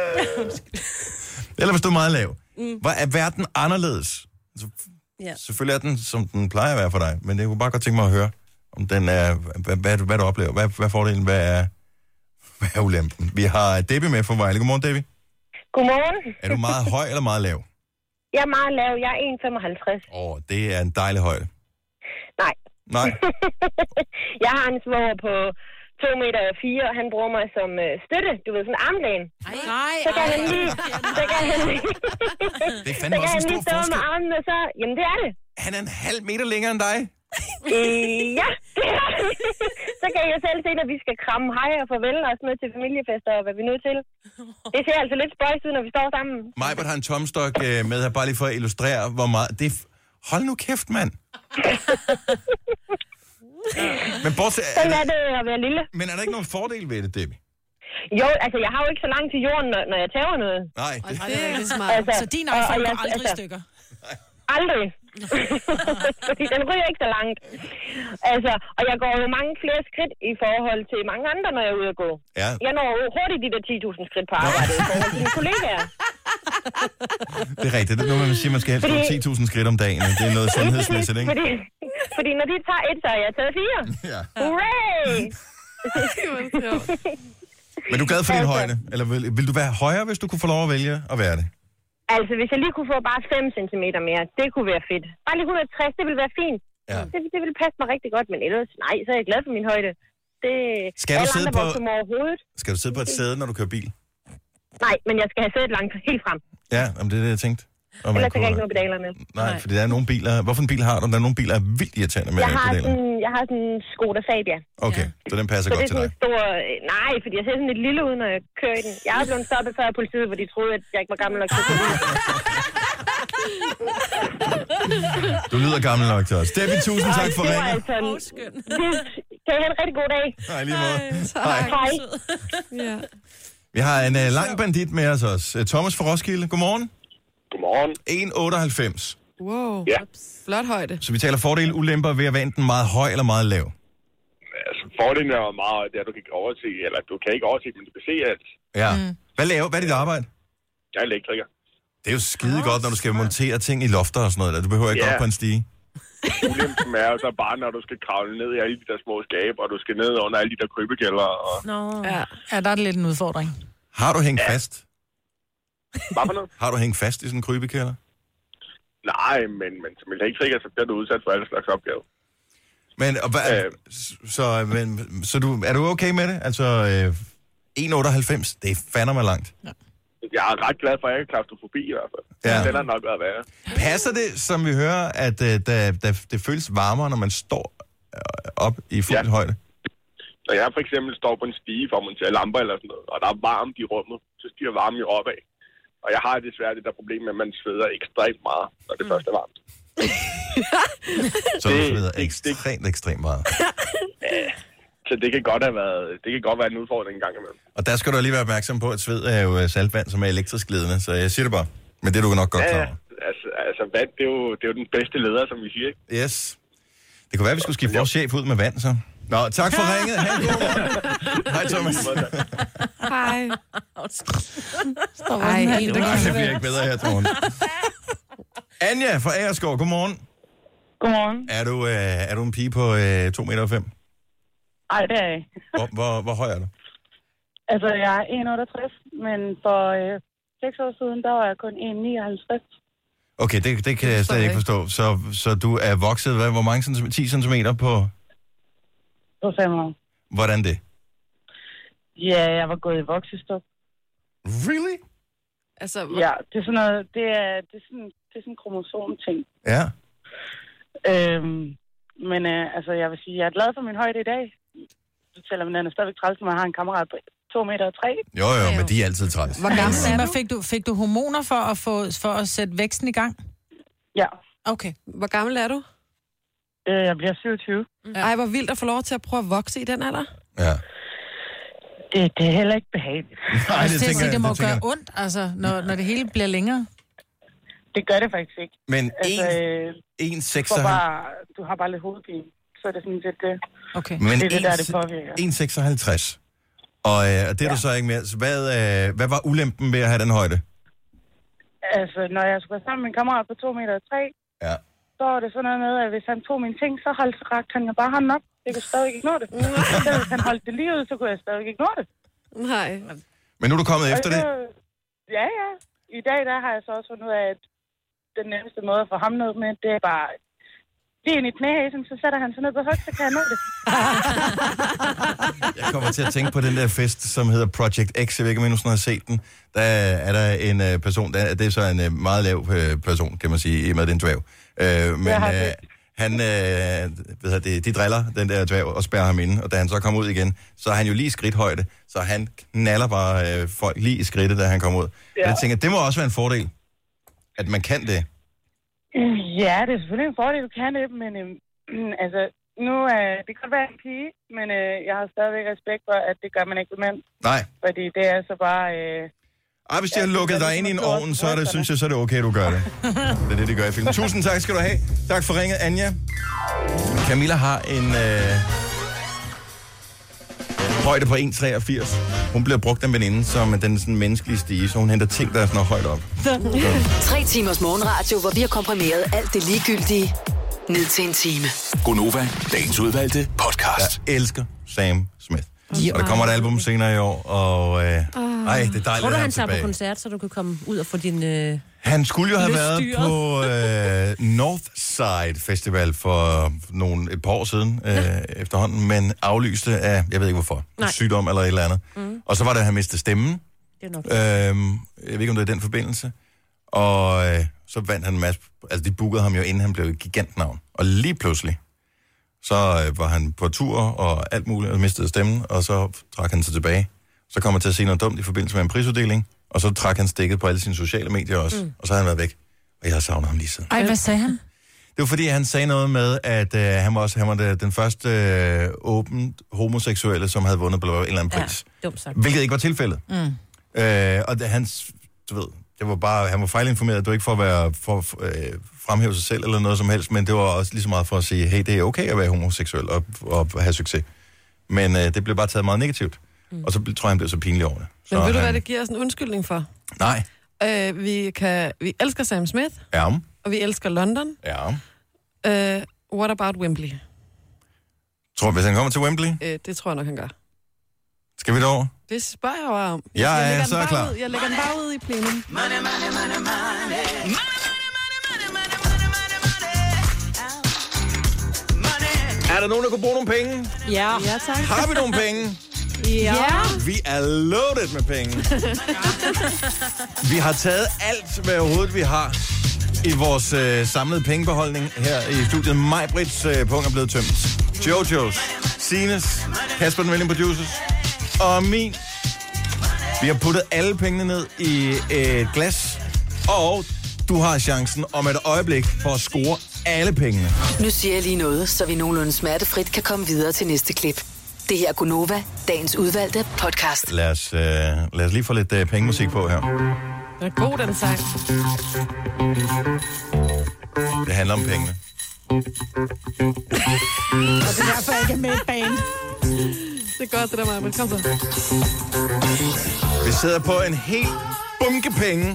Eller hvis du er meget lav. Mm. Hvor er verden anderledes? Altså, ja. Selvfølgelig er den, som den plejer at være for dig, men jeg kunne bare godt tænke mig at høre, om den er, hvad, hvad, hvad du oplever. Hvad, hvad er fordelen? Hvad er, hvad er ulempen? Vi har Debbie med fra Vejle. Godmorgen, Debbie. Godmorgen. Er du meget høj eller meget lav? Jeg er meget lav. Jeg er en komma femoghalvtreds. Åh, oh, det er en dejlig højde. Nej. Nej. Jeg har en svoger på to meter og fire, og han bruger mig som øh, støtte. Du ved, sådan en armlæn. Nej, så kan han lige... Så kan han lige... Det er fandme så også en stor forskel. med armene, og så... Jamen, det er det. Han er en halv meter længere end dig. øh, ja, det er det. Så kan jeg selv se, når vi skal kramme hej og farvel og sådan noget til familiefester, og hvad vi er nødt til. Det ser altså lidt spøjst ud, når vi står sammen. Majbert har en tomstok øh, med her, bare lige for at illustrere, hvor meget... Det f... Hold nu kæft, mand. Men bortset... Sådan er det at være lille. Men er der ikke nogen fordel ved det, Debbie? Jo, altså jeg har jo ikke så langt til jorden, når, når jeg tager noget. Nej. Det, det er ikke smart. Altså, så din iPhone går aldrig i stykker? Aldrig. Fordi den ryger ikke så langt. Altså, og jeg går jo mange flere skridt i forhold til mange andre, når jeg er ude at gå. Ja. Jeg når jo hurtigt de der ti tusind skridt på arbejde i forhold til mine kollegaer. Det er rigtigt. Det er noget, man siger, man skal helst gå ti tusind skridt om dagen. Det er noget sundhedsmæssigt, ikke? Fordi, fordi når de tager et, så har jeg taget fire. Ja. Hurray! Men du er glad for din højde? Eller vil, vil du være højere, hvis du kunne få lov at vælge at være det? Altså, hvis jeg lige kunne få bare fem centimeter mere, det kunne være fedt. Bare lige et hundrede og tres, det ville være fint. Ja. Det, det ville passe mig rigtig godt, men ellers, nej, så er jeg glad for min højde. Det skal du sidde på Skal du sidde på et sæde, når du kører bil? Nej, men jeg skal have sædet langt helt frem. Ja, om det er det, jeg tænkte. Og ellers kunne... kan jeg ikke nå pedalerne. Nej, fordi der er nogle biler... Hvorfor en bil har du? Der er nogle biler, der er vildt irriterende med jeg har pedalerne. Sådan, jeg har sådan en Skoda Fabia. Okay, ja. Så den passer så godt til dig. Stor... Nej, fordi jeg ser sådan lidt lille ud, når jeg kører i den. Jeg er blevet stoppet før af politiet, hvor de troede, at jeg ikke var gammel nok til at køre. Du lyder gammel nok til os. Debbie, tusind tak for ringen. Altså, kan I have en rigtig god dag. Nej, lige måde. Hej. Hej. Ja. Vi har en uh, lang bandit med os også. Thomas fra Roskilde, godmorgen. Godmorgen. en komma otteoghalvfems. Wow. Ja. Flot højde. Så vi taler fordele ulemper ved at være enten meget høj eller meget lav. Altså, fordelen er jo meget, det er, at du kan ikke overse, eller du kan ikke overse, men du kan se, at... Ja. Mm. Hvad laver? Hvad er dit arbejde? Jeg er elektriker. Det er jo skide godt, når du skal montere ting i lofter og sådan noget. Du behøver ikke ja. op på en stige. Ulempen er jo så bare, når du skal kravle ned i alle de der små skabe, og du skal ned under alle de der krybekælder. Og... Nå. Ja. Ja, der er det lidt en udfordring. Har du hængt ja. fast? Hvad for noget? Har du hængt fast i sådan en krybekælder? Nej, men, men som elektriker, så bliver du udsat for alle slags opgaver. Men, og, øh, så, men, så du, er du okay med det? Altså, øh, en komma otteoghalvfems, det er fandme langt. Ja. Jeg er ret glad for, at jeg ikke har klaustrofobi i hvert fald. Ja. Den er nok været værre. Passer det, som vi hører, at uh, der, der, det føles varmere, når man står uh, op i fuld ja. højde? Når jeg for eksempel står på en stige for at montere lamper eller sådan noget, og der er varmt i rummet, så stiger varmen jo opad. Og jeg har desværre det der problem med, at man sveder ekstremt meget, når det mm. først er varmt. Så du sveder ekstremt, ekstremt meget? Ja. Så det kan godt have været, det kan godt være en udfordring en gang imellem. Og der skal du lige være opmærksom på, at sved er jo saltvand, som er elektrisk ledende, så jeg siger det bare. Men det er du nok godt klar over. Ja, altså, altså vand, det er, jo, det er jo den bedste leder, som vi siger, ikke? Yes. Det kunne være, at vi skulle skifte vores chef ud med vand, så. Nå, tak for ringet. Ha' en god morgen. Hej, Thomas. Hej. Ej, Nej, det bliver ikke bedre her til morgen. Anja fra Agerskov, godmorgen. Godmorgen. Er du, øh, er du en pige på øh, to meter og fem? Nej, det er jeg ikke. Hvor, hvor, hvor høj er du? Altså, jeg er en komma otteogtres, men for øh, seks år siden, der var jeg kun en komma nioghalvtreds. Okay, det, det kan jeg stadig ikke forstå. Så, så du er vokset, hvad, hvor mange centimeter? ti centimeter på? På fem år. Hvordan det? Ja, jeg var gået i voksestop. Really? Altså, ja, det er sådan noget, det er, det er sådan, det er sådan en kromosom-ting. Ja. Øhm, men øh, altså, jeg vil sige, jeg er glad for min højde i dag. Du tæller, men den er stadigvæk træls, når jeg har en kammerat på to meter og tre. Jo, jo, men de er altid træls. Hvor gammel er du? Fik du, fik du hormoner for at, få, for at sætte væksten i gang? Ja. Okay. Hvor gammel er du? Øh, jeg bliver syvogtyve. Ja. Ej, hvor vildt at få lov til at prøve at vokse i den alder. Ja. Det, det er heller ikke behageligt. Nej, det, det, tænker, det, det må det tænker. gøre ondt, altså, når, når det hele bliver længere. Det gør det faktisk ikke. Men altså, en seks du har bare lidt hovedpine, så er det sådan lidt det. Okay. Men det er det, der det påvirker. en komma seksoghalvtreds. Og øh, det er ja. du så ikke mere. Så hvad, øh, hvad var ulempen ved at have den højde? Altså, når jeg skulle være sammen med en kammerat på to meter og tre, ja. så var det sådan noget med, at hvis han tog mine ting, så holdt rakte han jo bare hånden op. Jeg kunne stadig ikke nå det. Så hvis han holdt det lige ud, så kunne jeg stadig ikke nå det. Nej. Men nu er du kommet og efter så, det? Ja, ja. I dag, der har jeg så også fundet ud af, at den nemmeste måde at få ham ned med, det er bare lige ind i knæhæsen, så sætter han sig ned på højt, så kan jeg nå det. Jeg kommer til at tænke på den der fest, som hedder Project X. Jeg ved ikke, om I nu sådan har set den. Der er der en uh, person, der, det er så en uh, meget lav uh, person, kan man sige, i med den dværg. Uh, men uh, han, uh, ved det, de driller den der dværg og spærrer ham inde, og da han så kommer ud igen, så er han jo lige i skridthøjde, så han knaller bare uh, folk lige i skridtet, da han kommer ud. Ja. Jeg tænker, det må også være en fordel, at man kan det. Ja, det er selvfølgelig en fordel, du kan det, men øh, altså, nu er øh, det kan godt være en pige, men øh, jeg har stadigvæk respekt for, at det gør man ikke med mænd. Nej. Fordi det er så bare... Øh, Ej, hvis de har lukket dig ind i en ovn, så er det, synes jeg, så er det okay, du gør det. Det er det, de gør i filmen. Tusind tak skal du have. Tak for ringet, Anja. Camilla har en øh, højde på en komma treogfirs. Hun bliver brugt af en veninde som den sådan menneskelige stige, så hun henter ting, der er sådan noget højt op. Tre timers morgenradio, hvor vi har komprimeret alt det ligegyldige ned til en time. Gonova, dagens udvalgte podcast. Jeg elsker Sam Smith. Ja. Og der kommer et album senere i år, og øh, oh. ej, det er dejligt Tror du, at have han tager tilbage. på koncert, så du kan komme ud og få din øh, Han skulle jo have været lyststyret. på øh, Northside Festival for nogle, et par år siden øh, efterhånden, men aflyste af, jeg ved ikke hvorfor, sygdom eller et eller andet. Mm. Og så var det, at han mistede stemmen. Det er nok. Øhm, jeg ved ikke, om det er den forbindelse. Og øh, så vandt han en masse, altså de bookede ham jo, inden han blev et gigantnavn. Og lige pludselig, så øh, var han på tur og alt muligt, og mistede stemmen, og så trak han sig tilbage. Så kom han til at sige noget dumt i forbindelse med en prisuddeling, og så trak han stikket på alle sine sociale medier også, mm. og så har han været væk. Og jeg har savnet ham lige siden. Ej, hvad sagde han? Det var fordi, han sagde noget med, at øh, han var, også, han var den første øh, åbent homoseksuelle, som havde vundet en eller anden pris. Ja, dumt sagt. Hvilket ikke var tilfældet. Mm. Øh, og det, hans, du ved, det var bare, han var fejlinformeret. Det var ikke for at være, for, for øh, fremhæve sig selv eller noget som helst, men det var også lige så meget for at sige, hey, det er okay at være homoseksuel og, og have succes. Men øh, det blev bare taget meget negativt. Mm. Og så tror jeg, han blev så pinlig over det. Så men ved du, han... hvad det giver os en undskyldning for? Nej. Øh, vi, kan, vi elsker Sam Smith. Ja. Og vi elsker London. Ja. Øh, what about Wembley? Tror du, hvis han kommer til Wembley? Øh, det tror jeg nok, han gør. Skal vi derover? Det spørger jeg bare om. Jeg, jeg er så klar. Ud. Jeg lægger den bare ud i plenum. Money, money, money, money. Er der nogen, der kunne bruge nogle penge? Ja. Ja, tak. Har vi nogle penge? Ja. Vi er loaded med penge. Vi har taget alt, hvad overhovedet vi har i vores øh, samlede pengebeholdning her i studiet. Majbrits øh, punkt er blevet tømt. Jojos, Sines, Kasper den Velling Producers og min. Vi har puttet alle pengene ned i et glas, og du har chancen om et øjeblik for at score alle pengene. Nu siger jeg lige noget, så vi nogenlunde smertefrit kan komme videre til næste klip. Det her er Gonova, dagens udvalgte podcast. Lad os, øh, lad os lige få lidt øh, pengemusik på her. Den er god, den sang. Det handler om pengene. Og det er derfor, jeg ikke er med i band. Det er godt, det der, Maja. Kom så. Vi sidder på en helt bunke penge.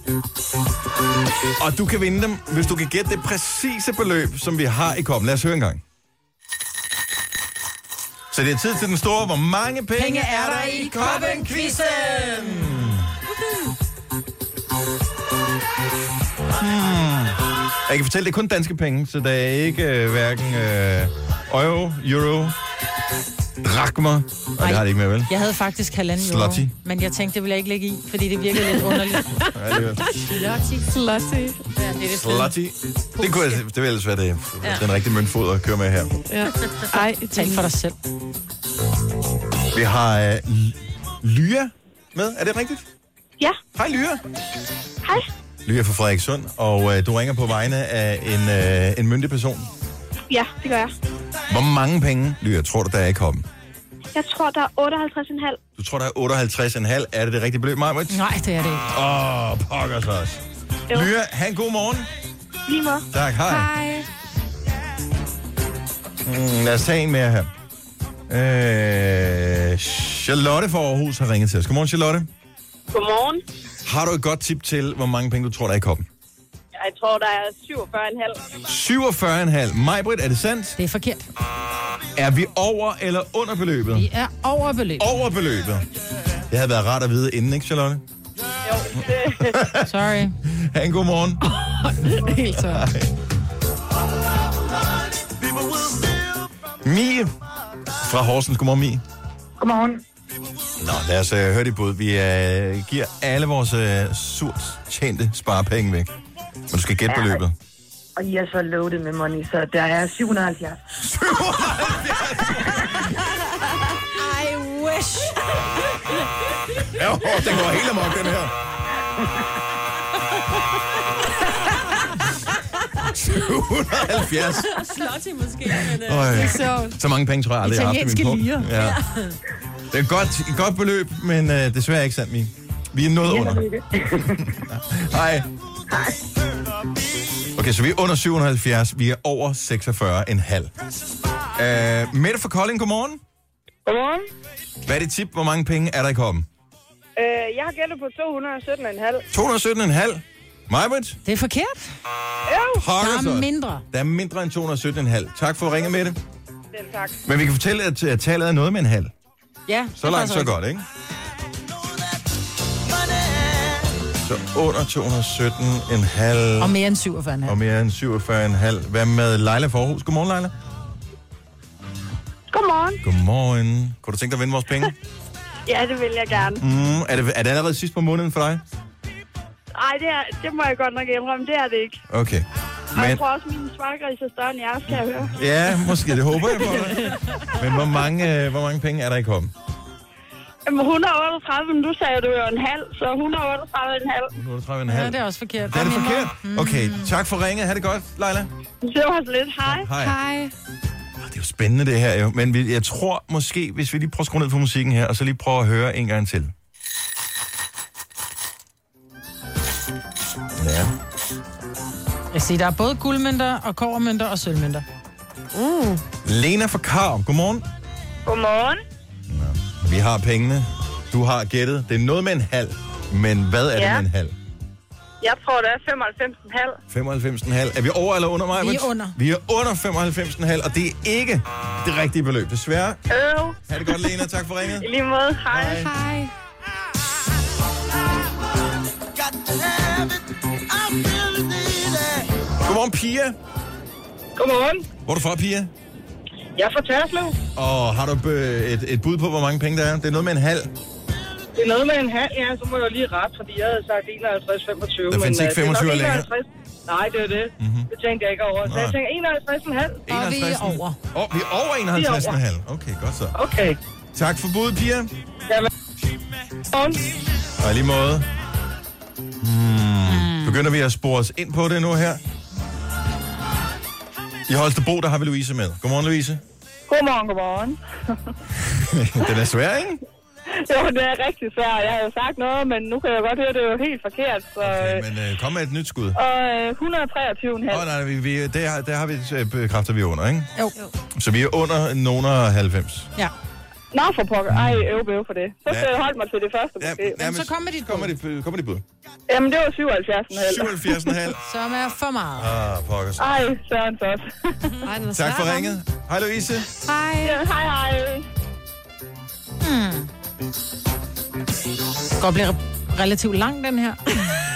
Og du kan vinde dem, hvis du kan gætte det præcise beløb, som vi har i koppen. Lad os høre en gang. Så det er tid til den store. Hvor mange penge, penge er der i koppen-quizzen? Hmm. Jeg kan fortælle, det er kun danske penge, så der er ikke øh, hverken øh, euro, euro, drakmer. Nej, det har det ikke med, vel? Jeg havde faktisk halvanden euro, men jeg tænkte, det ville jeg ikke lægge i, fordi det virkede lidt underligt. Ja, det er Slutty. Slutty. Ja, det er det Slutty. Det, kunne, det vil ellers være det, ja. Den rigtige møntfod at køre med her. Ja. Ej, tal for dig selv. Vi har øh, Lyra med. Er det rigtigt? Ja. Hej, Lyra. Hej. Lyra fra Frederikssund, og øh, du ringer på vegne af en, øh, en myndig person. Ja, det gør jeg. Hvor mange penge, Lyra, tror du, der er i koppen? Jeg tror, der er otteoghalvtreds komma fem. Du tror, der er otteoghalvtreds komma fem. Er det det rigtige beløb, Majbrit? Nej, det er det ikke. Åh, oh, pokker så også. Lyra, have en god morgen. Lige måde. Tak, hej. Hej. Mm, lad os tage en mere her. Øh, Charlotte fra Aarhus har ringet til os. Godmorgen, Charlotte. Godmorgen. Har du et godt tip til, hvor mange penge du tror, der er i koppen? Jeg tror, der er syvogfyrre komma fem. syvogfyrre komma fem. Majbrit, er det sandt? Det er forkert. Er vi over eller under beløbet? Vi er over beløbet. Over beløbet. Det havde været rart at vide inden, ikke, Charlotte? Jo. Sorry. Ha' en god morgen. Helt tørt. Mie fra Horsens. Godmorgen, Mie. Godmorgen. Nå, lad os uh, høre dit bud. Vi uh, giver alle vores uh, surt tjente sparepenge væk. Men du skal gætte beløbet. Og I er så loaded med money, så der er syv hundrede og halvfjerds. I wish. Ja, oh, den går helt amok, den her. syv hundrede og halvfjerds. Slutty måske. Men, uh... det er sjovt. Så mange penge tror jeg aldrig, jeg har haft i min Italienske punkt. Ja. Det er et godt, et godt beløb, men uh, desværre ikke sandt, Mie. Vi er noget under. Hej. Hej. Okay, så vi er under syv hundrede og halvfjerds. Vi er over seksogfyrre komma fem. Uh, Mette fra Kolding, godmorgen. Godmorgen. Hvad er dit tip? Hvor mange penge er der i koppen? Øh, jeg har gættet på to hundrede og sytten komma fem. to hundrede og sytten komma fem. Majbrit? Det er forkert. Jo. Der er mindre. Der er mindre end to hundrede og sytten komma fem. Tak for at ringe med det. Selv tak. Men vi kan fortælle, at, at tallet er noget med en halv. Ja. Så langt, så godt, ikke? Så under to hundrede og sytten komma fem. Og mere end syvogfyrre komma fem. Og mere end syvogfyrre komma fem. Hvad med Leila fra Aarhus? Godmorgen, Leila. Godmorgen. Godmorgen. Kunne du tænke dig at vinde vores penge? Ja, det vil jeg gerne. Mm, er, det, er det allerede sidst på måneden for dig? Nej, det, er, det må jeg godt nok indrømme. Det er det ikke. Okay. Men... Og jeg Men, tror også, at mine sparkris er større end jeres, kan jeg høre. ja, måske. Det håber jeg på. Men hvor mange, øh, hvor mange penge er der i koppen? Jamen, et hundrede og otteogtredive, men du sagde, at det var en halv, så et hundrede og otteogtredive komma fem. et hundrede og otteogtredive komma fem. Ja, det er også forkert. Det er det forkert? Okay, tak for ringet. Ha' det godt, Leila. Det var så lidt. Hej. Hej. Hej. Det er jo spændende, det her jo. Men vi, jeg tror måske, hvis vi lige prøver at skrue ned for musikken her, og så lige prøver at høre en gang til. Ja. Jeg siger, der er både guldmønter og kobbermønter og sølvmønter. Mm. Lena fra Karup, godmorgen. Godmorgen. Nå, vi har pengene. Du har gættet. Det er noget med en halv. Men hvad er ja. det med en halv? Jeg tror, det er femoghalvfems komma fem. femoghalvfems komma fem. Er vi over eller under mig? Vi er under. Vi er under femoghalvfems komma fem, og det er ikke det rigtige beløb, desværre. Øv. Ha' det godt, Lena. Tak for ringet. I lige måde. Hej. Hej. Hej. Godmorgen, Pia. Godmorgen. Hvor er du fra, Pia? Jeg er fra Tørslev. Og har du et, et bud på, hvor mange penge der er? Det er noget med en halv. Det er noget med en halv, ja, så må jeg jo lige ret, fordi jeg havde sagt enoghalvtreds komma femogtyve. Der findes men, ikke femogtyve det er nok længere. enoghalvtreds. Nej, det er det. Mm-hmm. Det tænkte jeg ikke over. Så Nej. jeg tænker enoghalvtreds komma fem. Og vi er over. Åh, oh, vi er over enoghalvtreds komma fem. Okay, godt så. Okay. Tak for budet, Pia. Jamen. Og i lige måde. Hmm. Begynder vi at spore os ind på det nu her? I Holstebro, der har vi Louise med. Godmorgen, Louise. Godmorgen, godmorgen. Den er svær, ikke? Jo, det er rigtig svært. Jeg har jo sagt noget, men nu kan jeg godt høre, at det er jo helt forkert. Så, Okay, men øh, kom med et nyt skud. og øh, et hundrede og treogtyve komma fem. Åh, oh, nej, vi, vi, der, har- der har vi øh, bekræfter vi er under, ikke? Jo. Så vi er under nogen af halvfems. Ja. Nå, for pokker. Ej, øvebøv for det. Så skal Ja. jeg holde mig til det første, Ja, måske. ja, Men så kom med dit kommer de, kommer de bud. Jamen, det var syvoghalvfjerds komma fem. syvoghalvfjerds komma fem. Som er for meget. Ah, pokkers. Ej, søren så. Ej, den er Tak for svær, ringet. Hej, Louise. Hej. Ja, hej, hej. Hmm. Godt blive relativt lang, den her.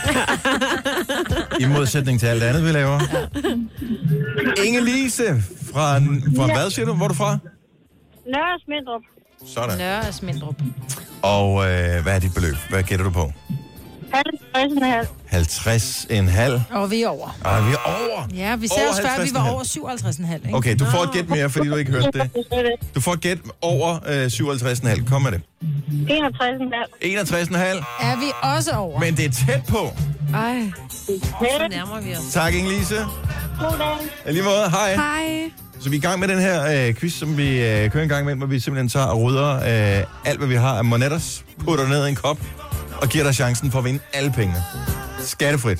I modsætning til alt andet, vi laver. Inge-Lise fra, fra hvad siger du? Hvor er du fra? Nørres Mindrup. Sådan. Nørre Smindrup. Og øh, hvad er dit beløb? Hvad gætter du på? halvtreds komma fem. halvtreds komma fem. Og vi er over. Ah, vi er over. Ja, vi sagde også før, at vi var over syvoghalvtreds komma fem. Ikke? Okay, du får et gæt mere, fordi du ikke hørte det. Du får et gæt over øh, syvoghalvtreds komma fem. Kom med det. enogtres komma fem. enogtres komma fem. Er vi også over? Men det er tæt på. Ej. Så nærmer vi os. Tak, Inge-Lise. God dag. I lige måde, hej. Hej. Så vi er i gang med den her øh, quiz, som vi øh, kører en gang med, hvor vi simpelthen tager og rydder øh, alt, hvad vi har af monetters, putter ned i en kop, og giver dig chancen for at vinde alle pengene. Skattefrit.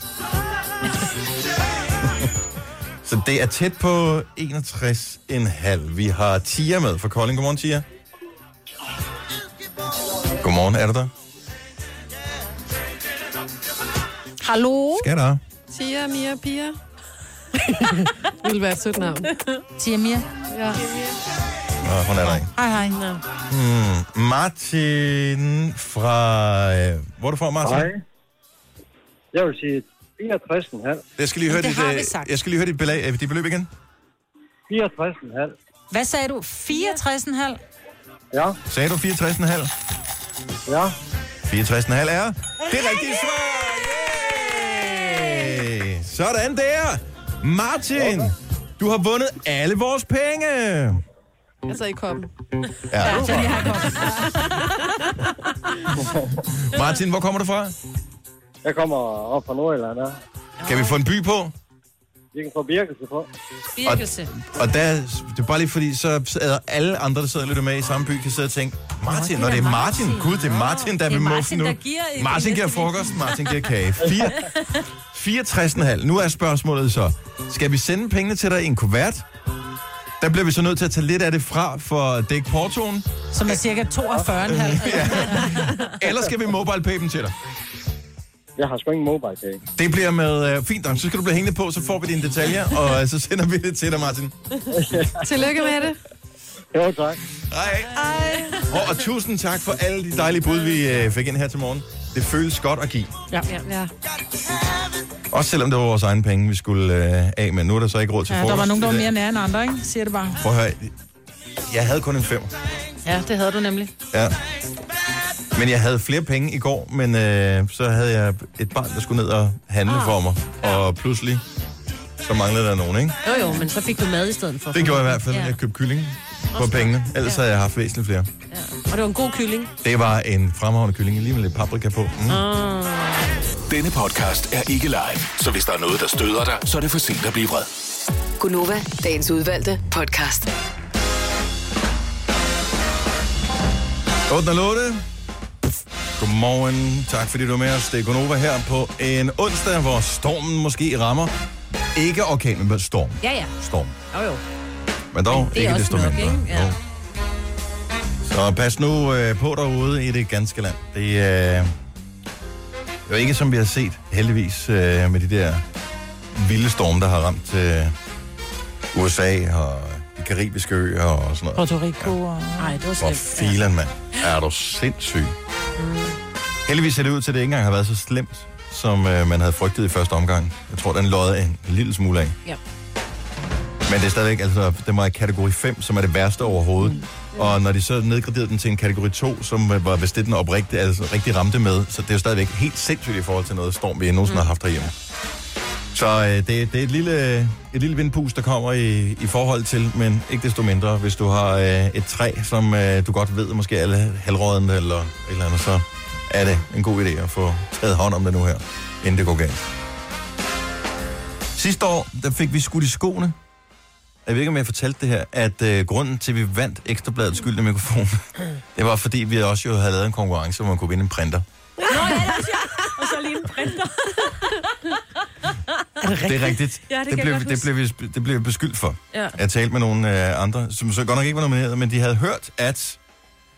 Så det er tæt på enogtres komma fem. Vi har Tia med fra Kolding. Godmorgen, Tia. Godmorgen, er du der? Hallo? Skatter. Tia, Mia, Pia. Det ville være et sødt navn. Tia Mia. Ja. Nå, hun er der ikke. Hej, hej. Hmm. Martin fra... Øh, hvor er du fra, Martin? Hej. Jeg vil sige fireogtres komma fem. Jeg skal lige høre Det dit, har vi øh, sagt. jeg skal lige høre dit, belag, øh, dit beløb igen. fireogtres komma fem. Hvad sagde du? fireogtres komma fem? Ja, Sagde du fireogtres komma fem? ja. fireogtres komma fem er det rigtige svar! Yay! Sådan der! Martin, du har vundet alle vores penge! Altså i koppen. Ja. Ja, den jeg har godt. Martin, hvor kommer du fra? Jeg kommer op fra Nordjylland, ja. Kan vi få en by på? Vi kan få Birkelse på. Virkelse. Og der, det er bare lige fordi, så sidder alle andre, der sidder og lytter med i samme by, kan sidde og tænke, Martin, når det er Martin, gud, det er Martin, der er Det er ved Martin, muffen nu. der giver i- Martin giver frokost, Martin giver kage. Fire- fireogtres komma fem. Nu er spørgsmålet så, skal vi sende pengene til dig i en kuvert? Der bliver vi så nødt til at tage lidt af det fra for at dække portoen. Som er cirka toogfyrre komma fem. Ja. Eller skal vi mobile pay dem til dig? Jeg har sgu ingen mobile pay. Det bliver med... Øh, fint, så skal du blive hængende på, så får vi dine detaljer, og øh, så sender vi det til dig, Martin. Tillykke med det. Jo, tak. Hej. Og, og tusind tak for alle de dejlige bud, vi øh, fik ind her til morgen. Det føles godt at give. Ja. Ja. Også selvom det var vores egne penge, vi skulle øh, af, men nu er der så ikke råd til Ja, frokost. der var nogen, der var i dag. mere nær end andre, ikke? Siger det bare. Prøv at høre, jeg havde kun en fem. Ja, det havde du nemlig. Ja. Men jeg havde flere penge i går, men øh, så havde jeg et barn, der skulle ned og handle ah. for mig. Og pludselig, så manglede der nogen, ikke? Jo jo, men så fik du mad i stedet for. Det gjorde jeg i hvert fald. Ja. Jeg købte kylling på Også pengene. godt. Ellers Ja. havde jeg haft væsentligt flere. Ja. Og det var en god kylling. Det var en fremragende kylling, lige med lidt paprika på. Mm. Oh. Denne podcast er ikke live, så hvis der er noget, der støder dig, så er det for sent at blive vred. Gunova, dagens udvalgte podcast. otte nul otte. Godmorgen. Tak fordi du er med os. Det er Gunova her på en onsdag, hvor stormen måske rammer. Ikke orkan, men storm. Ja, ja. Storm. Jo jo. Men dog Det er ikke også desto nok, mindre. ikke? Ja. Jo. Så pas nu øh, på derude i det ganske land. Det er øh, jo ikke som vi har set, heldigvis, øh, med de der vilde storme, der har ramt øh, U S A og de karibiske øer og sådan noget. Puerto Rico og... Nej, det var Hvor slemt. filen, mand. Er du sindssyg? Mm. Heldigvis ser det ud til, at det ikke engang har været så slemt, som øh, man havde frygtet i første omgang. Jeg tror, den lodder en lille smule af. Ja. Men det er stadigvæk, altså, den var i kategori fem, som er det værste overhovedet. Mm. Og når de så nedgraderede den til en kategori to, som var vist det, den oprigtigt, altså rigtig ramte med, så det er jo stadigvæk helt sindssygt i forhold til noget storm, vi nogensinde mm. har haft herhjemme. Så øh, det, det er et lille, et lille vindpus, der kommer i, i forhold til, men ikke desto mindre, hvis du har øh, et træ, som øh, du godt ved, måske alle halvrådende eller et eller andet, så er det en god idé at få taget hånd om det nu her, inden det går galt. Sidste år, der fik vi skudt i skoene. Jeg ved ikke, om jeg fortalte det her, at øh, grunden til, at vi vandt Ekstrabladets gyldne mikrofon, det var, fordi vi også jo havde lavet en konkurrence, hvor man kunne vinde en printer. Nå, ja, det er sjovt. Og så lige en printer. Er det rigtigt? Det er rigtigt. Ja, det det, kan blev, jeg godt det, blev vi, det blev vi beskyldt for. Ja. Jeg talte med nogle øh, andre, som så godt nok ikke var nomineret, men de havde hørt, at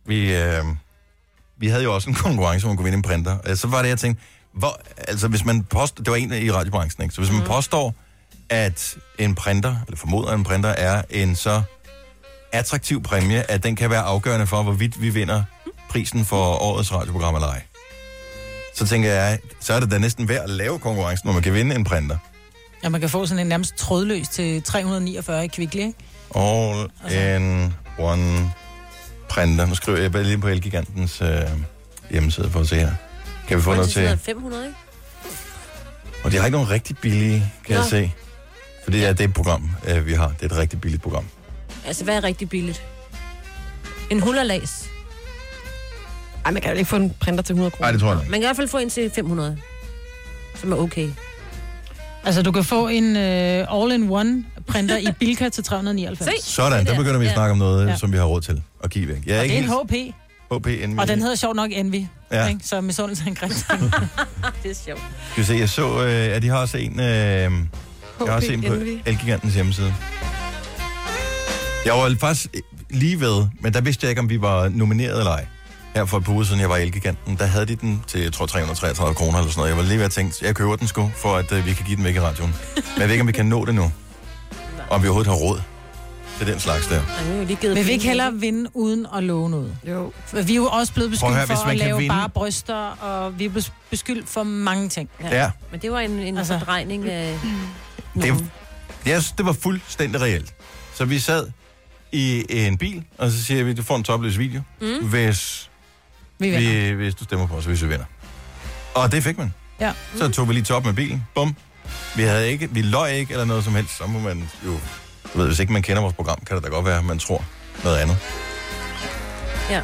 vi, øh, vi havde jo også en konkurrence, hvor man kunne vinde en printer. Øh, Så var det, jeg tænkte, hvor, altså hvis man påstår, det var en i radiobranchen, ikke? Så hvis man mm. påstår, at en printer, eller formoder, at en printer er en så attraktiv præmie, at den kan være afgørende for, hvorvidt vi vinder prisen for årets radioprogram eller ej. Så tænker jeg, så er det da næsten værd at lave konkurrencen, når man kan vinde en printer. Ja, man kan få sådan en nærmest trådløs til tre hundrede niogfyrre i Kvickly, ikke? All in one printer. Nu skriver jeg bare lige på Elgigantens øh, hjemmeside for at se her. Kan vi få noget til... fem hundrede, ikke? Og de har ikke nogen rigtig billige, kan Nå. jeg se. Fordi ja, det er et program, øh, vi har. Det er et rigtig billigt program. Altså, hvad er rigtig billigt? En hullerlags. Ej, man kan jo ikke få en printer til hundrede kroner. Nej, det tror jeg ikke. Man kan i hvert fald få en til fem hundrede. Som er okay. Altså, du kan få en uh, all-in-one printer i Bilka til tre hundrede nioghalvfems. Se. Sådan, der begynder vi at Ja. snakke om noget, Ja. som vi har råd til at give væk. Jeg er Og ikke det er en helt... H P. H P Envy. Og den hedder sjovt nok Envy. Ja. Ikke? Så misundelse er en grim ting. Det er sjovt. Skal vi se, jeg så, øh, at de har også en... Øh, jeg har også en på Envy. Elgigantens hjemmeside. Jeg var faktisk lige ved, men der vidste jeg ikke, om vi var nomineret eller ej. Her for et par uger siden, jeg var i Elgiganten, der havde de den til, jeg tror, tre hundrede og treogtredive kroner eller sådan noget. Jeg var lige ved at tænke, jeg køber den sgu, for at øh, vi kan give den væk i radioen. Men jeg ved ikke, om vi kan nå det nu. Og om vi overhovedet har råd til den slags der. Vil vi ikke hellere vinde uden at love noget? Jo. Vi er jo også blevet Prøv at beskyldt høre, hvis for man at kan lave vinde- bare bryster, og vi er blevet beskyldt for mange ting. Ja. Men det var en, en Altså. altså. fordrejning af... Det, yes, det var fuldstændig reelt. Så vi sad i en bil, og så siger vi, du får en topløs video, mm. hvis, Vi vi, vinder. hvis du stemmer på os, hvis vi vinder. Og det fik man. Ja. Så tog vi lige top med bilen. Bum. Vi havde ikke, vi løg ikke eller noget som helst. Så må man jo... Du ved, hvis ikke man kender vores program, kan det da godt være, at man tror noget andet. Ja.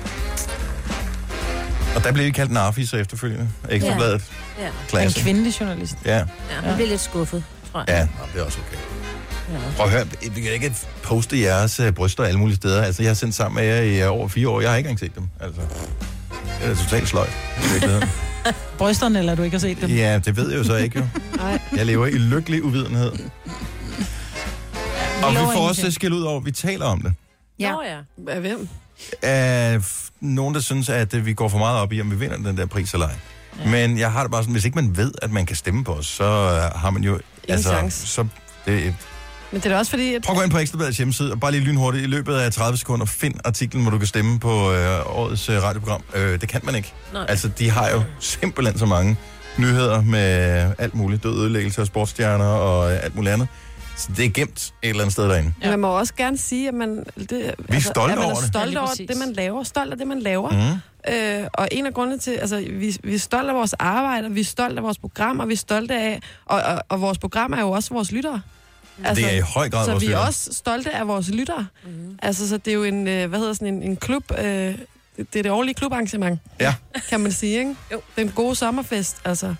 Og der blev vi kaldt narfiser efterfølgende. Ekstrabladet. Ja. En Klasse. kvindelig journalist. Ja. Ja, man bliver lidt skuffet, tror jeg. Ja, nå, det er også okay. Prøv at høre, vi kan ikke poste jeres uh, bryster alle mulige steder. Altså, jeg har sendt sammen med jer i uh, over fire år. Jeg har ikke engang set dem. Altså, det er totalt sløjt. i virkeligheden. Brysterne, eller du ikke har set dem? Ja, det ved jeg jo så ikke, jo. Nej. Jeg lever i lykkelig uvidenhed. Og vi lover får også ingenting. skæld ud over, at vi taler om det. Ja. Nå, ja. Af hvem? Af f- nogen, der synes, at øh, vi går for meget op i, om vi vinder den der pris eller ej. Ja. Men jeg har det bare sådan, hvis ikke man ved, at man kan stemme på os, så øh, har man jo... altså, chance. så det, Men det er da også fordi, at... prøv at gå ind på Ekstrabladets hjemmeside, og bare lige lynhurtigt i løbet af tredive sekunder, find artiklen, hvor du kan stemme på øh, årets øh, radioprogram. Øh, det kan man ikke. Nej. Altså, de har jo simpelthen så mange nyheder med alt muligt. Død ødelæggelse af sportsstjerner og øh, alt muligt andet. Så det er gemt et eller andet sted derinde. Ja. Man må også gerne sige, at man... Det, vi er stolte at man over er det. stolt Ja, lige over præcis. det, man laver. Stolt af det, man laver. Mm. Øh, og en af grundene til... Altså, vi, vi er stolte af vores arbejde, vi er stolte af vores programmer, vi er stolte af... Og, og, og vores program er jo også vores lyttere. Altså, det er i høj grad så vores vi er lyttere. også stolte af vores lyttere. Mm-hmm. Altså, så det er jo en... øh, Hvad hedder sådan en, en klub... Øh, det det er det årlige klubarrangement, Ja. kan man sige, ikke? Jo. Den gode sommerfest, altså.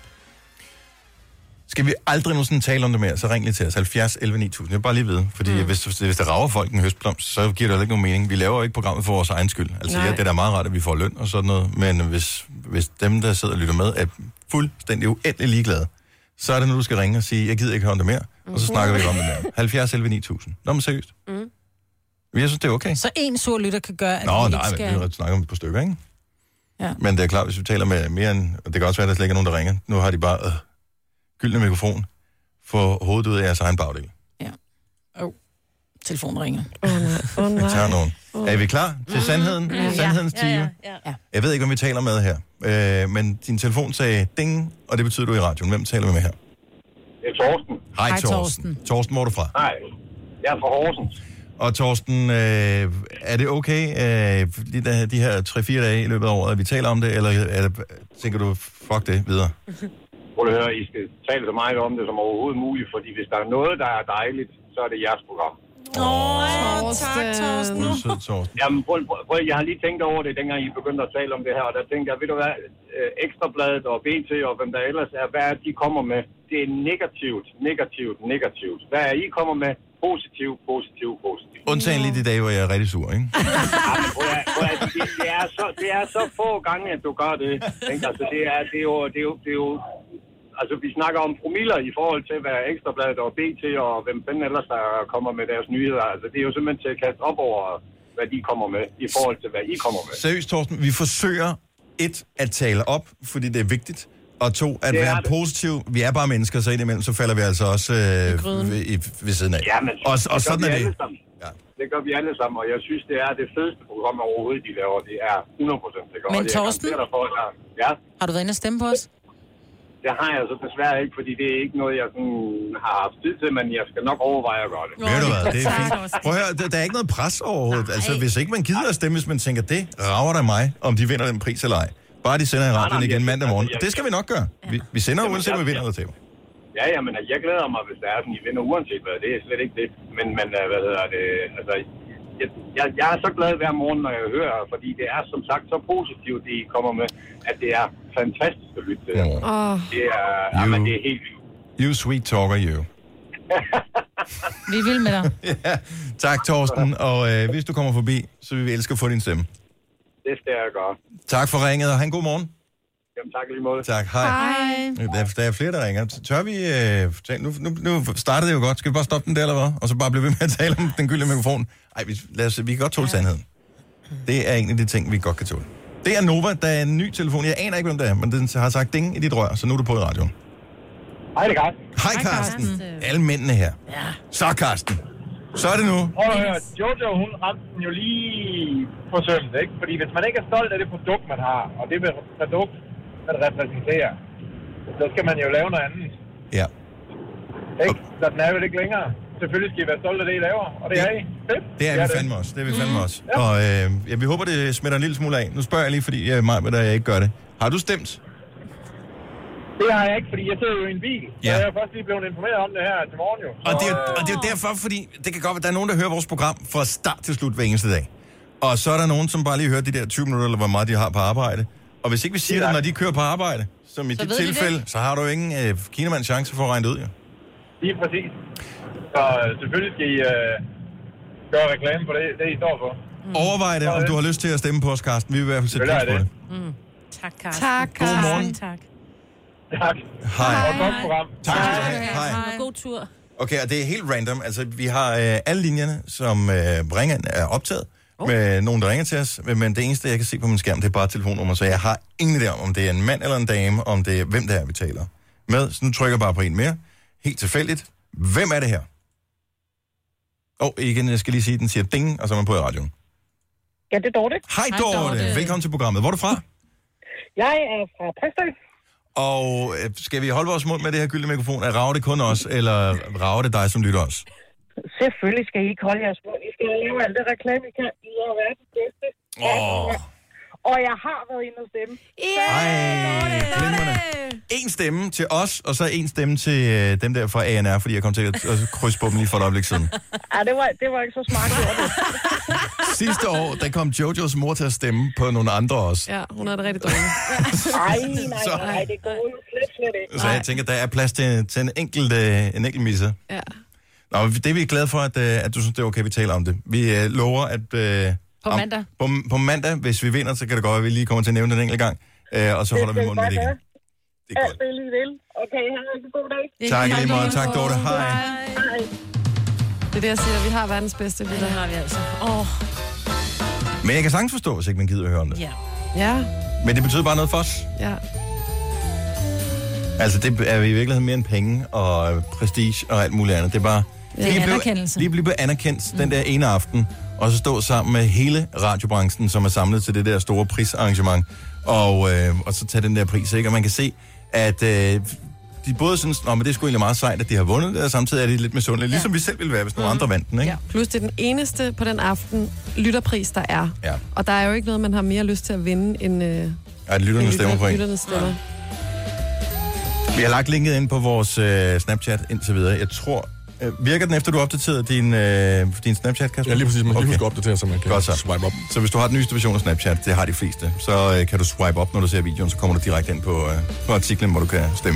Skal vi aldrig nogensinde tale om det mere, så ring lige til os. halvfjerds elleve ni tusind. Jeg vil bare lige vide, fordi mm. hvis, hvis der rager folk en høstblomst, så giver det jo ikke nogen mening. Vi laver jo ikke programmet for vores egen skyld. Altså, ja, det er da meget rart, at vi får løn og sådan noget, men hvis, hvis dem, der sidder og lytter med, er fuldstændig uendelig ligeglade, så er det nu, du skal ringe og sige, jeg gider ikke høre om det mere, og så snakker vi ikke om det mere. halvfjerds elleve ni tusind. Nå, men seriøst. Mm. Jeg synes, det er okay. Så en sur lytter kan gøre, at Nå, vi nej, ikke men skal... vi snakker om et par stykker, ikke? Ja. Men det er klart, hvis vi taler med mere end... Og det kan også være, at der slet ikke er nogen, der ringer. Nu har de bare øh, gyldne mikrofon. Få hovedet ud af jeres egen bagdel. Ja. Oh. Telefonen ringer. Åh, oh, nej. Oh, Vi nej. tager nogen. Er vi klar til sandheden? Ja. Sandhedens Ja, time? ja, ja, ja. Jeg ved ikke, hvem vi taler med her. Øh, men din telefon sagde ding, og det betyder du er i radioen. Hvem taler vi med her? Det er Torsten. Hej, Hej, Torsten. Torsten. Torsten, hvor er du fra? Nej, jeg er fra Horsens. Og Torsten, øh, er det okay, øh, de, der, de her tre fire dage i løbet af året, at vi taler om det, eller er det, tænker du, fuck det, videre? Prøv at høre, I skal tale så meget om det som overhovedet muligt, fordi hvis der er noget, der er dejligt, så er det jeres program. Åh, oh, tak, Torsten. Du er sød, Torsten. Jamen, prøv, prøv, prøv, jeg har lige tænkt over det, dengang I begyndte at tale om det her, og der tænkte jeg, ved du hvad, øh, Ekstrabladet og B T og hvem der ellers er, hvad er, de kommer med? Det er negativt, negativt, negativt. Hvad er I kommer med? Positiv, positiv, positiv. Undtagen lige de dage, hvor jeg er rigtig sur, ikke? Ja, men prøv at, prøv at, det, det, er så, det er så få gange, at du gør det. Ikke? Altså, det er, det, er jo, det, er jo, det er jo... Altså, vi snakker om promiller i forhold til, hvad Ekstrabladet og B T og hvem fanden ellers, der kommer med deres nyheder. Altså, det er jo simpelthen til at kaste op over hvad de kommer med, i forhold til, hvad I kommer med. Seriøst, Torsten, vi forsøger et, at tale op, fordi det er vigtigt, og to, at være positiv. Vi er bare mennesker, så indimellem, så falder vi altså også øh, ved, i, ved siden af. Ja, men og, og det sådan er det. Ja. Det gør vi alle sammen, og jeg synes, det er det fedeste program overhovedet, de laver. Det er hundrede procent det gør. Men Torsten, ja. har du været inde og stemme på os? Det har jeg så desværre ikke, fordi det er ikke noget, jeg sådan har haft tid til, men jeg skal nok overveje at gøre det. Ved du hvad, det er fint. Prøv at høre, der, der er ikke noget pres overhovedet. Nej. Altså, hvis ikke man gider at stemme, hvis man tænker, det rager der mig, om de vinder den pris eller ej. Bare de sender i radioen igen mandag morgen. Og det skal vi nok gøre. Vi, vi sender uanset, om vi vinder eller taber. Ja, ja, men jeg glæder mig, hvis der er sådan, I vinder uanset hvad. Det er slet ikke det. Men, men hvad hedder det, altså... Jeg, jeg, jeg er så glad hver morgen, når jeg hører, fordi det er som sagt så positivt, det I kommer med, at det er fantastisk at lytte til. Mm. Oh. Det er, you, jamen, det er helt vildt. You sweet talker, you. Vi vil med dig. Ja, tak, Torsten. Og øh, hvis du kommer forbi, så vil vi elske at få din stemme. Det skal jeg gøre. Tak for ringet, og have en god morgen. Jamen, tak lige måde. Tak, hej. hej. Der, der er flere, der ringer. Tør vi... Øh, nu, nu, nu startede det jo godt. Skal vi bare stoppe den der, eller hvad? Og så bare blive ved med at tale om den gyldne mikrofon? Ej, vi, lad os, vi kan godt tåle sandheden. Det er en af de ting, vi godt kan tåle. Det er Nova, der er en ny telefon. Jeg aner ikke, hvem det er, men den har sagt ding i dit rør, så nu er du på i radioen. Hej, det er Carsten. Hej, Carsten. Alle mændene her. Ja. Så, Carsten. Så er det nu. Prøv at høre, Jojo, hun ramte den jo lige på sømmet, ikke? Fordi hvis man ikke er stolt af det produkt, man har, og det produkt, man repræsenterer, så skal man jo lave noget andet. Ja. Ikke? Så den er jo ikke længere. Selvfølgelig skal I være stolte af det, I laver, og det ja. er I. Fedt. Det er vi fandme også. Det er vi fandme også. Ja. Og øh, ja, vi håber, det smitter en lille smule af. Nu spørger jeg lige, fordi jeg, mig, der jeg ikke gør det. Har du stemt? Det har jeg ikke, fordi jeg sidder jo i en bil. Ja. Så jeg er først lige blevet informeret om det her til morgen jo. Så, og, det er, og det er jo derfor, fordi det kan godt være, at der er nogen, der hører vores program fra start til slut hver eneste dag. Og så er der nogen, som bare lige hører de der tyve minutter, eller hvor meget de har på arbejde. Og hvis ikke vi siger det, det når de kører på arbejde, som i så dit tilfælde, så har du jo ingen øh, kinamands chance for at regne det ud, jo. Lige præcis. Så øh, selvfølgelig skal I øh, gøre reklame for det, det I står for. Mm. Overvej det, om du har lyst til at stemme på os, Carsten. Vi vil i hvert fald sætte pris på det. Mm. Tak, Carsten. Tak, Carsten. God morgen. Tak. Tak. Hej. Og godt program. Tak skal du have. Hej. Hej. God tur. Okay, og det er helt random. Altså, vi har øh, alle linjerne, som øh, ringer, er optaget. Oh. Med nogen, der ringer til os. Men det eneste, jeg kan se på min skærm, det er bare telefonnummer. Så jeg har ingen idé om, om det er en mand eller en dame, om det er, hvem det er, vi taler med. Så nu trykker jeg bare på en mere. Helt tilfældigt. Hvem er det her? Åh, oh, igen, jeg skal lige sige, den siger ding, og så er man på i radioen. Ja, det er Dorte. Hej, Dorte. Dorte. Velkommen til programmet. Hvor er du fra? Jeg er fra Præstø. Og øh, skal vi holde vores mund med det her gyldne mikrofon? Er rager det kun os, eller rager det dig, som lytter os? Selvfølgelig skal I ikke holde jeres mund. I skal lave alt det reklame, I kan. I er verdens bedste. Åh. Og jeg har været inde og stemme. Ej, glimrende. En stemme til os, og så en stemme til øh, dem der fra A N R, fordi jeg kom til at, at krydse på dem lige for et øjeblik siden. Ja, det var, det var ikke så smart gjort. Sidste år, der kom Jojos mor til at stemme på nogle andre også. Ja, hun er det rigtig dårligt. Nej, nej, nej, det går jo slet, slet ikke. Så jeg tænker, der er plads til, til en enkelt, øh, en enkelt misse. Ja. Nå, det er vi glade for, at, at du synes, det er okay, vi taler om det. Vi øh, lover, at... Øh, På mandag. På, på mandag, hvis vi vinder, så kan det godt være, at vi lige kommer til at nævne den enkelt gang. Øh, og så holder vi munden med det igen. Det er godt. Ja, det er lige vil. Okay, have en god dag. Tak lige meget. Tak, Dorte. Hej. Hej. Det er det, jeg siger. Vi har verdens bedste lytter. Det har vi altså. Åh. Men jeg kan sagtens forstå, hvis ikke man gider at høre om det. Ja. Ja. Men det betyder bare noget for os. Ja. Altså, det er i virkeligheden mere end penge og prestige og alt muligt andet. Det er bare... Ja. Lige blev, anerkendelse. lige blive anerkendt mm. den der ene aften, og så stå sammen med hele radiobranchen, som er samlet til det der store prisarrangement, og, øh, og så tage den der pris, ikke? Og man kan se, at øh, de både synes, at det er sgu egentlig meget sejt, at de har vundet det, og samtidig er de lidt misundelige, ja. Ligesom vi selv ville være, hvis nogle mm. andre vandt den, ikke? Ja. Plus det er den eneste på den aften lytterpris, der er. Ja. Og der er jo ikke noget, man har mere lyst til at vinde, end... Øh, ja, lytterne stemmer på en. Lytterne stemmer. Ja. Vi har lagt linket ind på vores øh, Snapchat indtil videre. Jeg tror... Virker den efter, du har opdateret din, øh, din Snapchat, Kasper? Ja, lige præcis. Man kan okay. huske at opdatere, så man kan Godt så. swipe op. Så hvis du har den nyeste version af Snapchat, det har de fleste, så øh, kan du swipe op, når du ser videoen, så kommer du direkte ind på, øh, på artiklen, hvor du kan stemme.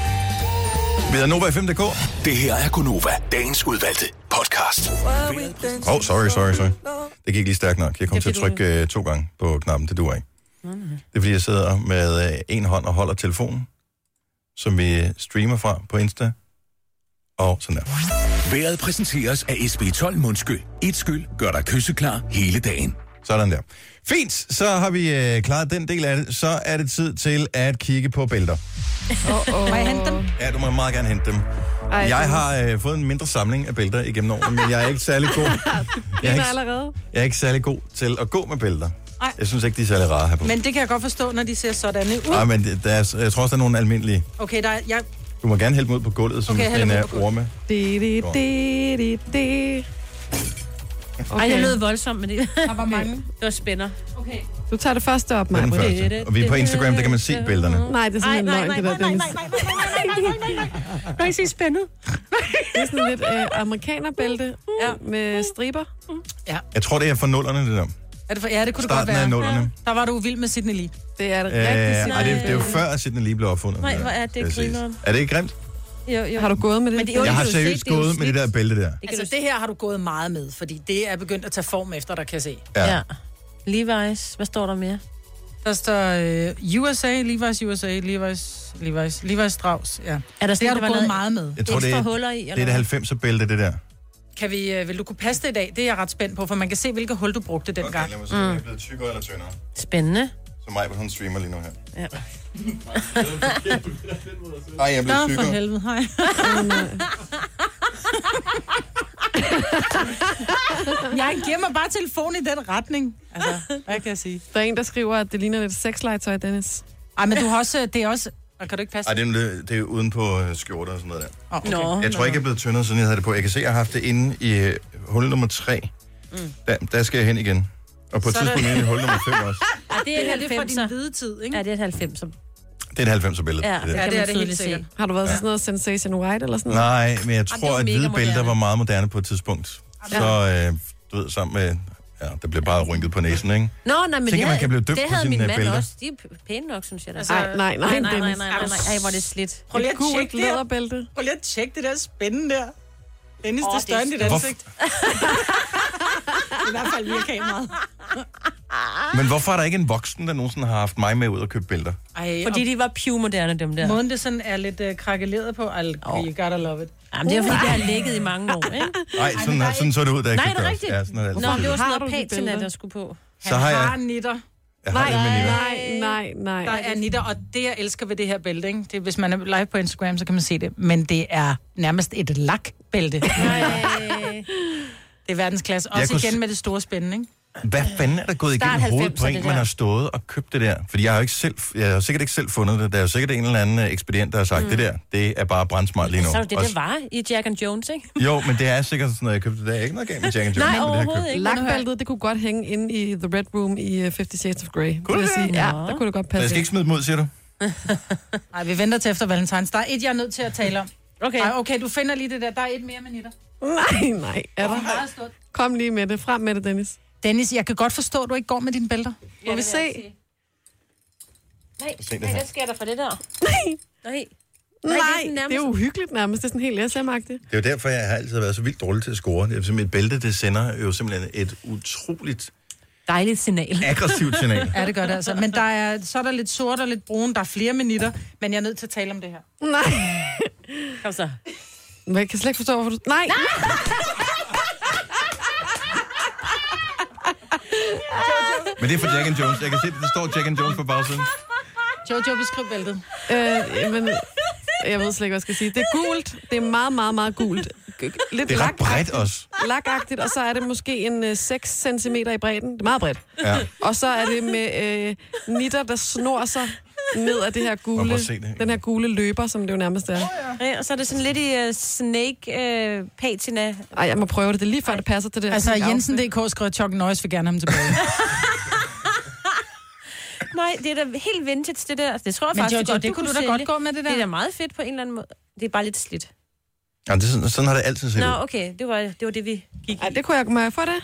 Vi hedder Nova F M punktum d k. Det her er Gunova, dagens udvalgte podcast. Åh, oh, sorry, sorry, sorry. Det gik lige stærkt nok. Jeg kom til at trykke øh, to gange på knappen. Det duer ikke. Mm-hmm. Det er fordi, jeg sidder med øh, en hånd og holder telefonen, som vi streamer fra på Insta. Og sådan der. Været præsenteres af S B tolv Mundskyld. Et skyld gør dig kysseklar hele dagen. Sådan der. Fint, så har vi øh, klaret den del af det. Så er det tid til at kigge på bælter. Oh, oh. Må jeg hente dem? Ja, du må meget gerne hente dem. Ej, jeg har øh, fået en mindre samling af bælter igennem årene, men jeg er ikke særlig god. Jeg er ikke, allerede. jeg er ikke særlig god til at gå med bælter. Ej. Jeg synes ikke, de er særlig rare her på. Men det kan jeg godt forstå, når de ser sådan ud. Nej, men det- der er, jeg tror også, der er nogle almindelige. Okay, der er, jeg, Du må gerne hælde dem ud på gulvet, som Okay, okay, hælde en dem ud uh, på gulvet. orme. Det, det, det, det, det. Okay. Ej, jeg lød voldsomt med det. der var mange. Det var spænder. Okay. Du tager det første op, Den Maja. første. Og vi er på Instagram, der kan man se bælterne. Nej, det er simpelthen løgn, det der, Dennis. Du kan ikke se spændet. Det er sådan lidt øh, amerikanerbælte ja. med striber. Ja. Jeg tror, det er for nullerne, det der. Er det for, ja, det kunne det godt Starten være. af nullerne. Der var du vild med Sydney Lee. Det er det Øh, rigtigt. ej, det, er- det er jo før, at Sydney lige blev opfundet. Nej, hvor er det Vil jeg sige. grineren. Er det ikke grimt? Jo, jo. Har du gået med det? Men det er jo Jeg har ikke seriøst set, det er jo gået med det slidt. der bælte der. Altså, det her har du gået meget med, fordi det er begyndt at tage form efter, der kan jeg se. Ja. Ja. Levi's. Hvad står der mere? Der står øh, U S A, Levi's U S A, Levi's, Levi's, Levi's Strauss, ja. Er der Det har sådan, du der var gået noget meget med. Jeg tror, det ekstra er, huller i? det er Eller det halvfemser bælte, det der. Kan vi, øh, vil du kunne passe det i dag? Det er jeg ret spændt på, for man kan se, hvilke hul du brugte dengang. Okay, lad mig se, mm. er blevet tykkere eller tyndere. Spændende. Så mig, hun streamer lige nu her. Ja. Nej, jeg er blevet Nå, for tykkere. helvede, hej. Jeg giver mig bare telefon i den retning. Altså, hvad kan jeg sige? Der er en, der skriver, at det ligner lidt sexlegetøj, Dennis. Ej, men du har også, det er også... Og kan du ikke passe Ej, det er, det er uden på øh, skjorter og sådan noget der. Oh, okay. Nå. Jeg tror ikke, jeg er blevet tyndere, siden jeg havde det på. Jeg kan se, at jeg har haft det inde i øh, hul nummer tre. Mm. Der, der skal jeg hen igen. Og på et Så tidspunkt det- inde i hul nummer fem også. Ja, det er et Det er for din halvfemser. hvide tid, ikke? Ja, det er et halvfemser. Det er et halvfemser billede. Ja, det der. Ja, kan det er man det tydeligt helt se. sikkert. Har du været ja. sådan noget Sensation White eller sådan noget? Nej, men jeg det tror, var at mega hvide bælter moderne. var meget moderne på et tidspunkt. Så, øh, du ved, sammen med... Ja, der blev bare rynket på næsen, ikke? Nå, nej, men Tænker, det, man havde, kan blive døbt det på havde sine min mand bælter. også. De er p- pæne nok, synes jeg da. Altså, Nej, nej, nej, nej, nej, nej, Dennis. nej, nej, nej. Ej, hvor er det slidt. Prøv lige at Gult tjekke det her. læderbælte. Prøv lige at tjekke det der spændende der. Dennis, Åh, det er større end det dit er ansigt. I hvert fald via kameraet. Men hvorfor er der ikke en voksen, der nogensinde har haft mig med ud og købe bælter? Ej, Fordi de var pivmoderne, dem der. måden det sådan er lidt uh, krakeleret på, I'll, Åh. you gotta love it. Jamen, det er fordi, det har ligget i mange år, ikke? Nej, sådan, sådan, sådan så det ud, da jeg Nej, købte det er også. rigtigt. Ja, sådan er det altid. Nå, det var sådan Har noget du de patina, billeder? der skulle på. Så Han har har jeg... nitter. Jeg har Nej, det med nitter. nej, nej, nej. Der er nitter, og det jeg elsker ved det her bælte, ikke? Det, er, hvis man er live på Instagram, så kan man se det. Men det er nærmest et lakbælte. Det er verdensklasse. Jeg Også kunne igen s- med det store spændende, ikke? Hvad fanden er der gået Start igennem hovedet på halvfemser, en, det man der. har stået og købt det der? Fordi jeg har jo ikke selv, jeg har sikkert ikke selv fundet det. Der er jo sikkert en eller anden øh, ekspedient, der har sagt, mm. det der, det er bare brandsmart lige nu. Så er det det, Og det var i Jack and Jones, ikke? Jo, men det er sikkert sådan noget, jeg købte. Der er ikke noget galt med Jack and Jones. Nej, men det har jeg overhovedet købt. ikke. Lakbæltet, det kunne godt hænge inde i The Red Room i uh, Fifty Shades of Grey. Kunne vil det jeg det? sige. Ja, Nå. der kunne det godt Så passe. jeg skal ikke smide dem ud, siger du? Nej, vi venter til efter Valentines. Der er et, jeg er nødt til at tale om. Okay. Ej, okay, du finder lige det der. Der er et mere med nitter. Nej, nej. Er Det der? er meget stort. Kom lige med det. Frem med det, Dennis. Dennis, jeg kan godt forstå, at du ikke går med dine bælter. Må vi se? Nej, Se det nej, her. hvad sker der for det der? Nej. Nej. Nej, det er det er nærmest- uhyggeligt nærmest. Det er sådan helt S M-agtigt. Det er jo derfor, jeg har altid været så vildt dårlig til at score. Det er mit bælte, det sender jo simpelthen et utroligt Dejligt signal. aggressivt signal. Ja, det gør det altså. Men der er, så er der lidt sort og lidt brun. Der er flere med nitter. Men jeg er nødt til at tale om det her. Nej. Kom så. Men jeg kan slet ikke forstå, hvorfor du... Nej! Men det er for Jack and Jones. Jeg kan se, at der står Jack and Jones på bagsiden. Jojo, beskriv bæltet. øh, men jeg ved slet ikke, hvad jeg skal sige. Det er gult. Det er meget, meget, meget gult. G- Lidt Det er ret bredt også. lakagtigt, og så er det måske en øh, seks centimeter i bredden. Det er meget bredt. Ja. Og så er det med øh, nitter, der snor sig ned af det her Må gule, jeg se det? den her gule løber, som det jo nærmest er. Ja, og så er det sådan lidt i uh, snake uh, patina. Ej, jeg må prøve det. Det er lige før, det passer til det. Altså, her Jensen outfit. punktum d k skriver, Chuck Norris vil gerne have ham tilbage. Nej, det er da helt vintage, det der. Det tror jeg Men faktisk, Jojo, godt, det kunne du da sælge. godt gå med, det der. Det er da meget fedt på en eller anden måde. Det er bare lidt slidt. Ja, det er sådan, sådan har det altid set Nå, ud. okay. Det var det, var det vi gik Ej, i. det kunne jeg gå med for det.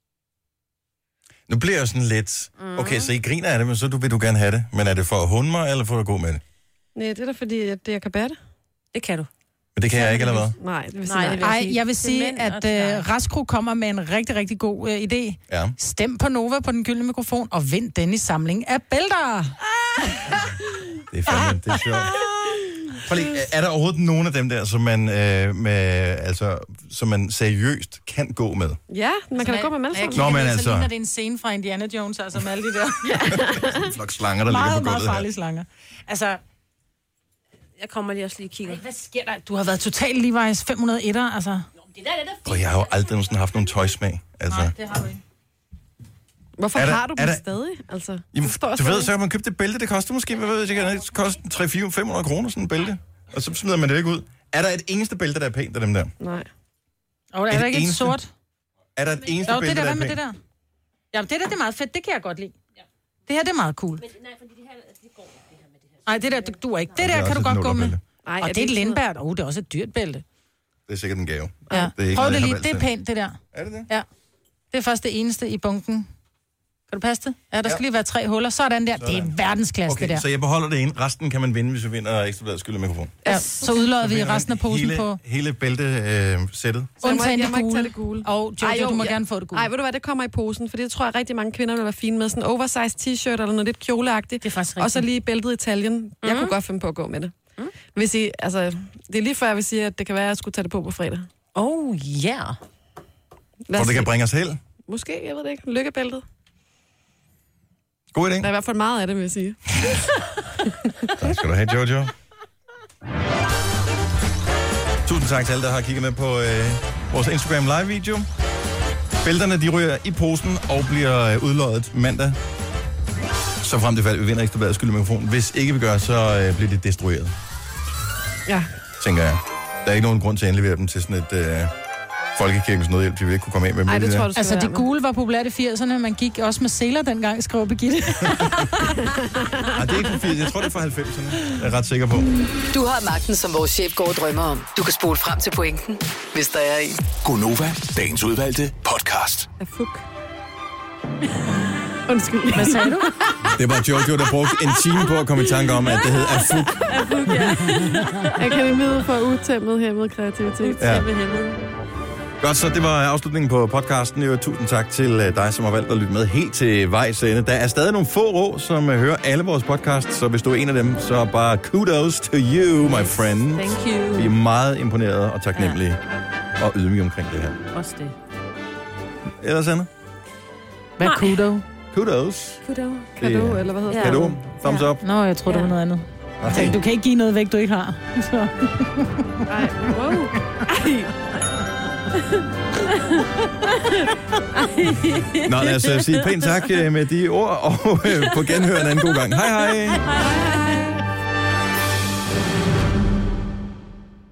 Nu bliver jeg sådan lidt... Okay, så I griner af det, men så du, vil du gerne have det. Men er det for at hunde mig, eller for at gå med det? Nej, det er da fordi, at det, jeg kan bære det. Det kan du. Men det kan jeg ikke, eller hvad? Nej, det vil sige Nej, nej. det vil- Ej, sige, jeg vil til sige, mænd og at til dig. uh, Raskro kommer med en rigtig, rigtig god uh, idé. Ja. Stem på Nova på den gyldne mikrofon, og vind Dennis samling af bælter. Det er fandme, det er sjovt. Prøv lige, er der overhovedet nogen af dem der, som man, øh, med, altså, som man seriøst kan gå med? Ja, man kan da gå med dem alle sammen. Nå, men Så altså... ligner det en scene fra Indiana Jones, altså med alle de der... en flok slanger, der ligger meget, på meget gulvet farlige slanger. Altså, Jeg kommer lige også lige og kigger. hvad sker der? Du har været totalt Levi's fem hundrede etter, altså. Det der, det der Og jeg har jo aldrig nogensinde haft nogen tøjsmag. Altså. Nej, det har du ikke. Hvorfor Er der- har du er dem der- stadig? Altså, Jamen, forstår jeg du ved, stadig så kan man købe det bælte, det koster måske, hvad ved jeg, det koster tre fire fem hundrede kroner, sådan en bælte. Og så smider man det ikke ud. Er der et eneste bælte, der er pænt af dem der? Nej. Og er Et der ikke et eneste? sort? Er der et eneste Jo, det bælte, der, der hvad er med pænt? det der? Jamen, det der, det er meget fedt. Det kan jeg godt lide. Det her, det er meget cool. Men nej, fordi det her, det går ikke, det her med det her. Nej, det der, det duer ikke. Det det er der kan også du et godt gå med. nullerbælte. Ej, Og er det er et ikke sådan lindbært. Åh, det er også et dyrt bælte. Det er sikkert en gave. Ja. Det er ikke Prøv noget, det jeg lige. har Det er valgt pænt, det der. Er det det? Ja. Det er først det eneste i bunken. Kan du passe det? Ja, der skal lige være tre huller. Sådan der. Det er verdensklasse, Okay, det der. så jeg beholder det ene. Resten kan man vinde, hvis vi vinder Ekstra Bladet Skyld og Mikrofon. Ja, så udløjer vi resten af posen hele, på Hele bæltesættet. Så jeg må, undtagen jeg må det ikke tage gule. det gule. Og Jojo, Ej, jo, du må ja. gerne få det gule. Nej, ved du hvad, det kommer i posen, for det tror jeg rigtig mange kvinder vil være fine med. Sådan en oversized t-shirt eller noget lidt kjoleagtigt. Det er faktisk Og så rigtigt. lige bæltet i taljen. Mm. Jeg kunne godt finde på at gå med det. Mm. Hvis I, altså, det er lige før, jeg vil sige, at det kan være, at jeg skulle tage det på på fredag. Oh, yeah. Og det kan bringe os held. Måske, jeg ved det ikke. Lykkebæltet. God idé. Der er i hvert fald meget af det, vil jeg sige. Tak skal du have, Jojo. Tusind tak til alle, der har kigget med på øh, vores Instagram live-video. Bælterne, de ryger i posen og bliver øh, udløjet mandag. Så frem til fald, vi vinder Ekstra Bladet Skyld og Mikrofon. Hvis ikke vi gør, så øh, bliver de destrueret, Ja. tænker jeg. Der er ikke nogen grund til at indlevere dem til sådan et øh, folkekirkens nødhjælp, de vil ikke kunne komme af med. Ej, det der. tror du skal Altså, være det med. gule var populært i firserne. Man gik også med seler dengang, skrev Birgitte. Ej, det er ikke for firs. Jeg tror, det er fra halvfemserne. Jeg er ret sikker på. Du har magten, som vores chef går og drømmer om. Du kan spole frem til pointen, hvis der er en. Gonova, dagens udvalgte podcast. Af fuk. Undskyld. Hvad sagde du? Det var Jojo, der brugte en time på at komme i tanke om, at det hed Afuk. Afuk, ja. Akademiet for utæmmet hæmmet kreativitet. Ja. Med helvede. Godt, så det var afslutningen på podcasten. Jo, tusind tak til dig, som har valgt at lytte med helt til vejs ende. Der er stadig nogle få rå, som hører alle vores podcasts, så hvis du er en af dem, så bare kudos to you, my friend. Thank you. Vi er meget imponerede og taknemmelige ja. og ydmyge omkring det her. Også det. Ellers, Anna? Hvad kudo? Kudos. Kudo. Kado, eller hvad hedder det? Kado. Thumbs up. Nå, jeg tror, det var noget andet. Jeg tænkte, du kan ikke give noget væk, du ikke har. Så. Ej, wow. Ej. Nå, lad os uh, sige pænt tak uh, med de ord, og uh, på genhør en anden god gang. Hej hej! Hej hej!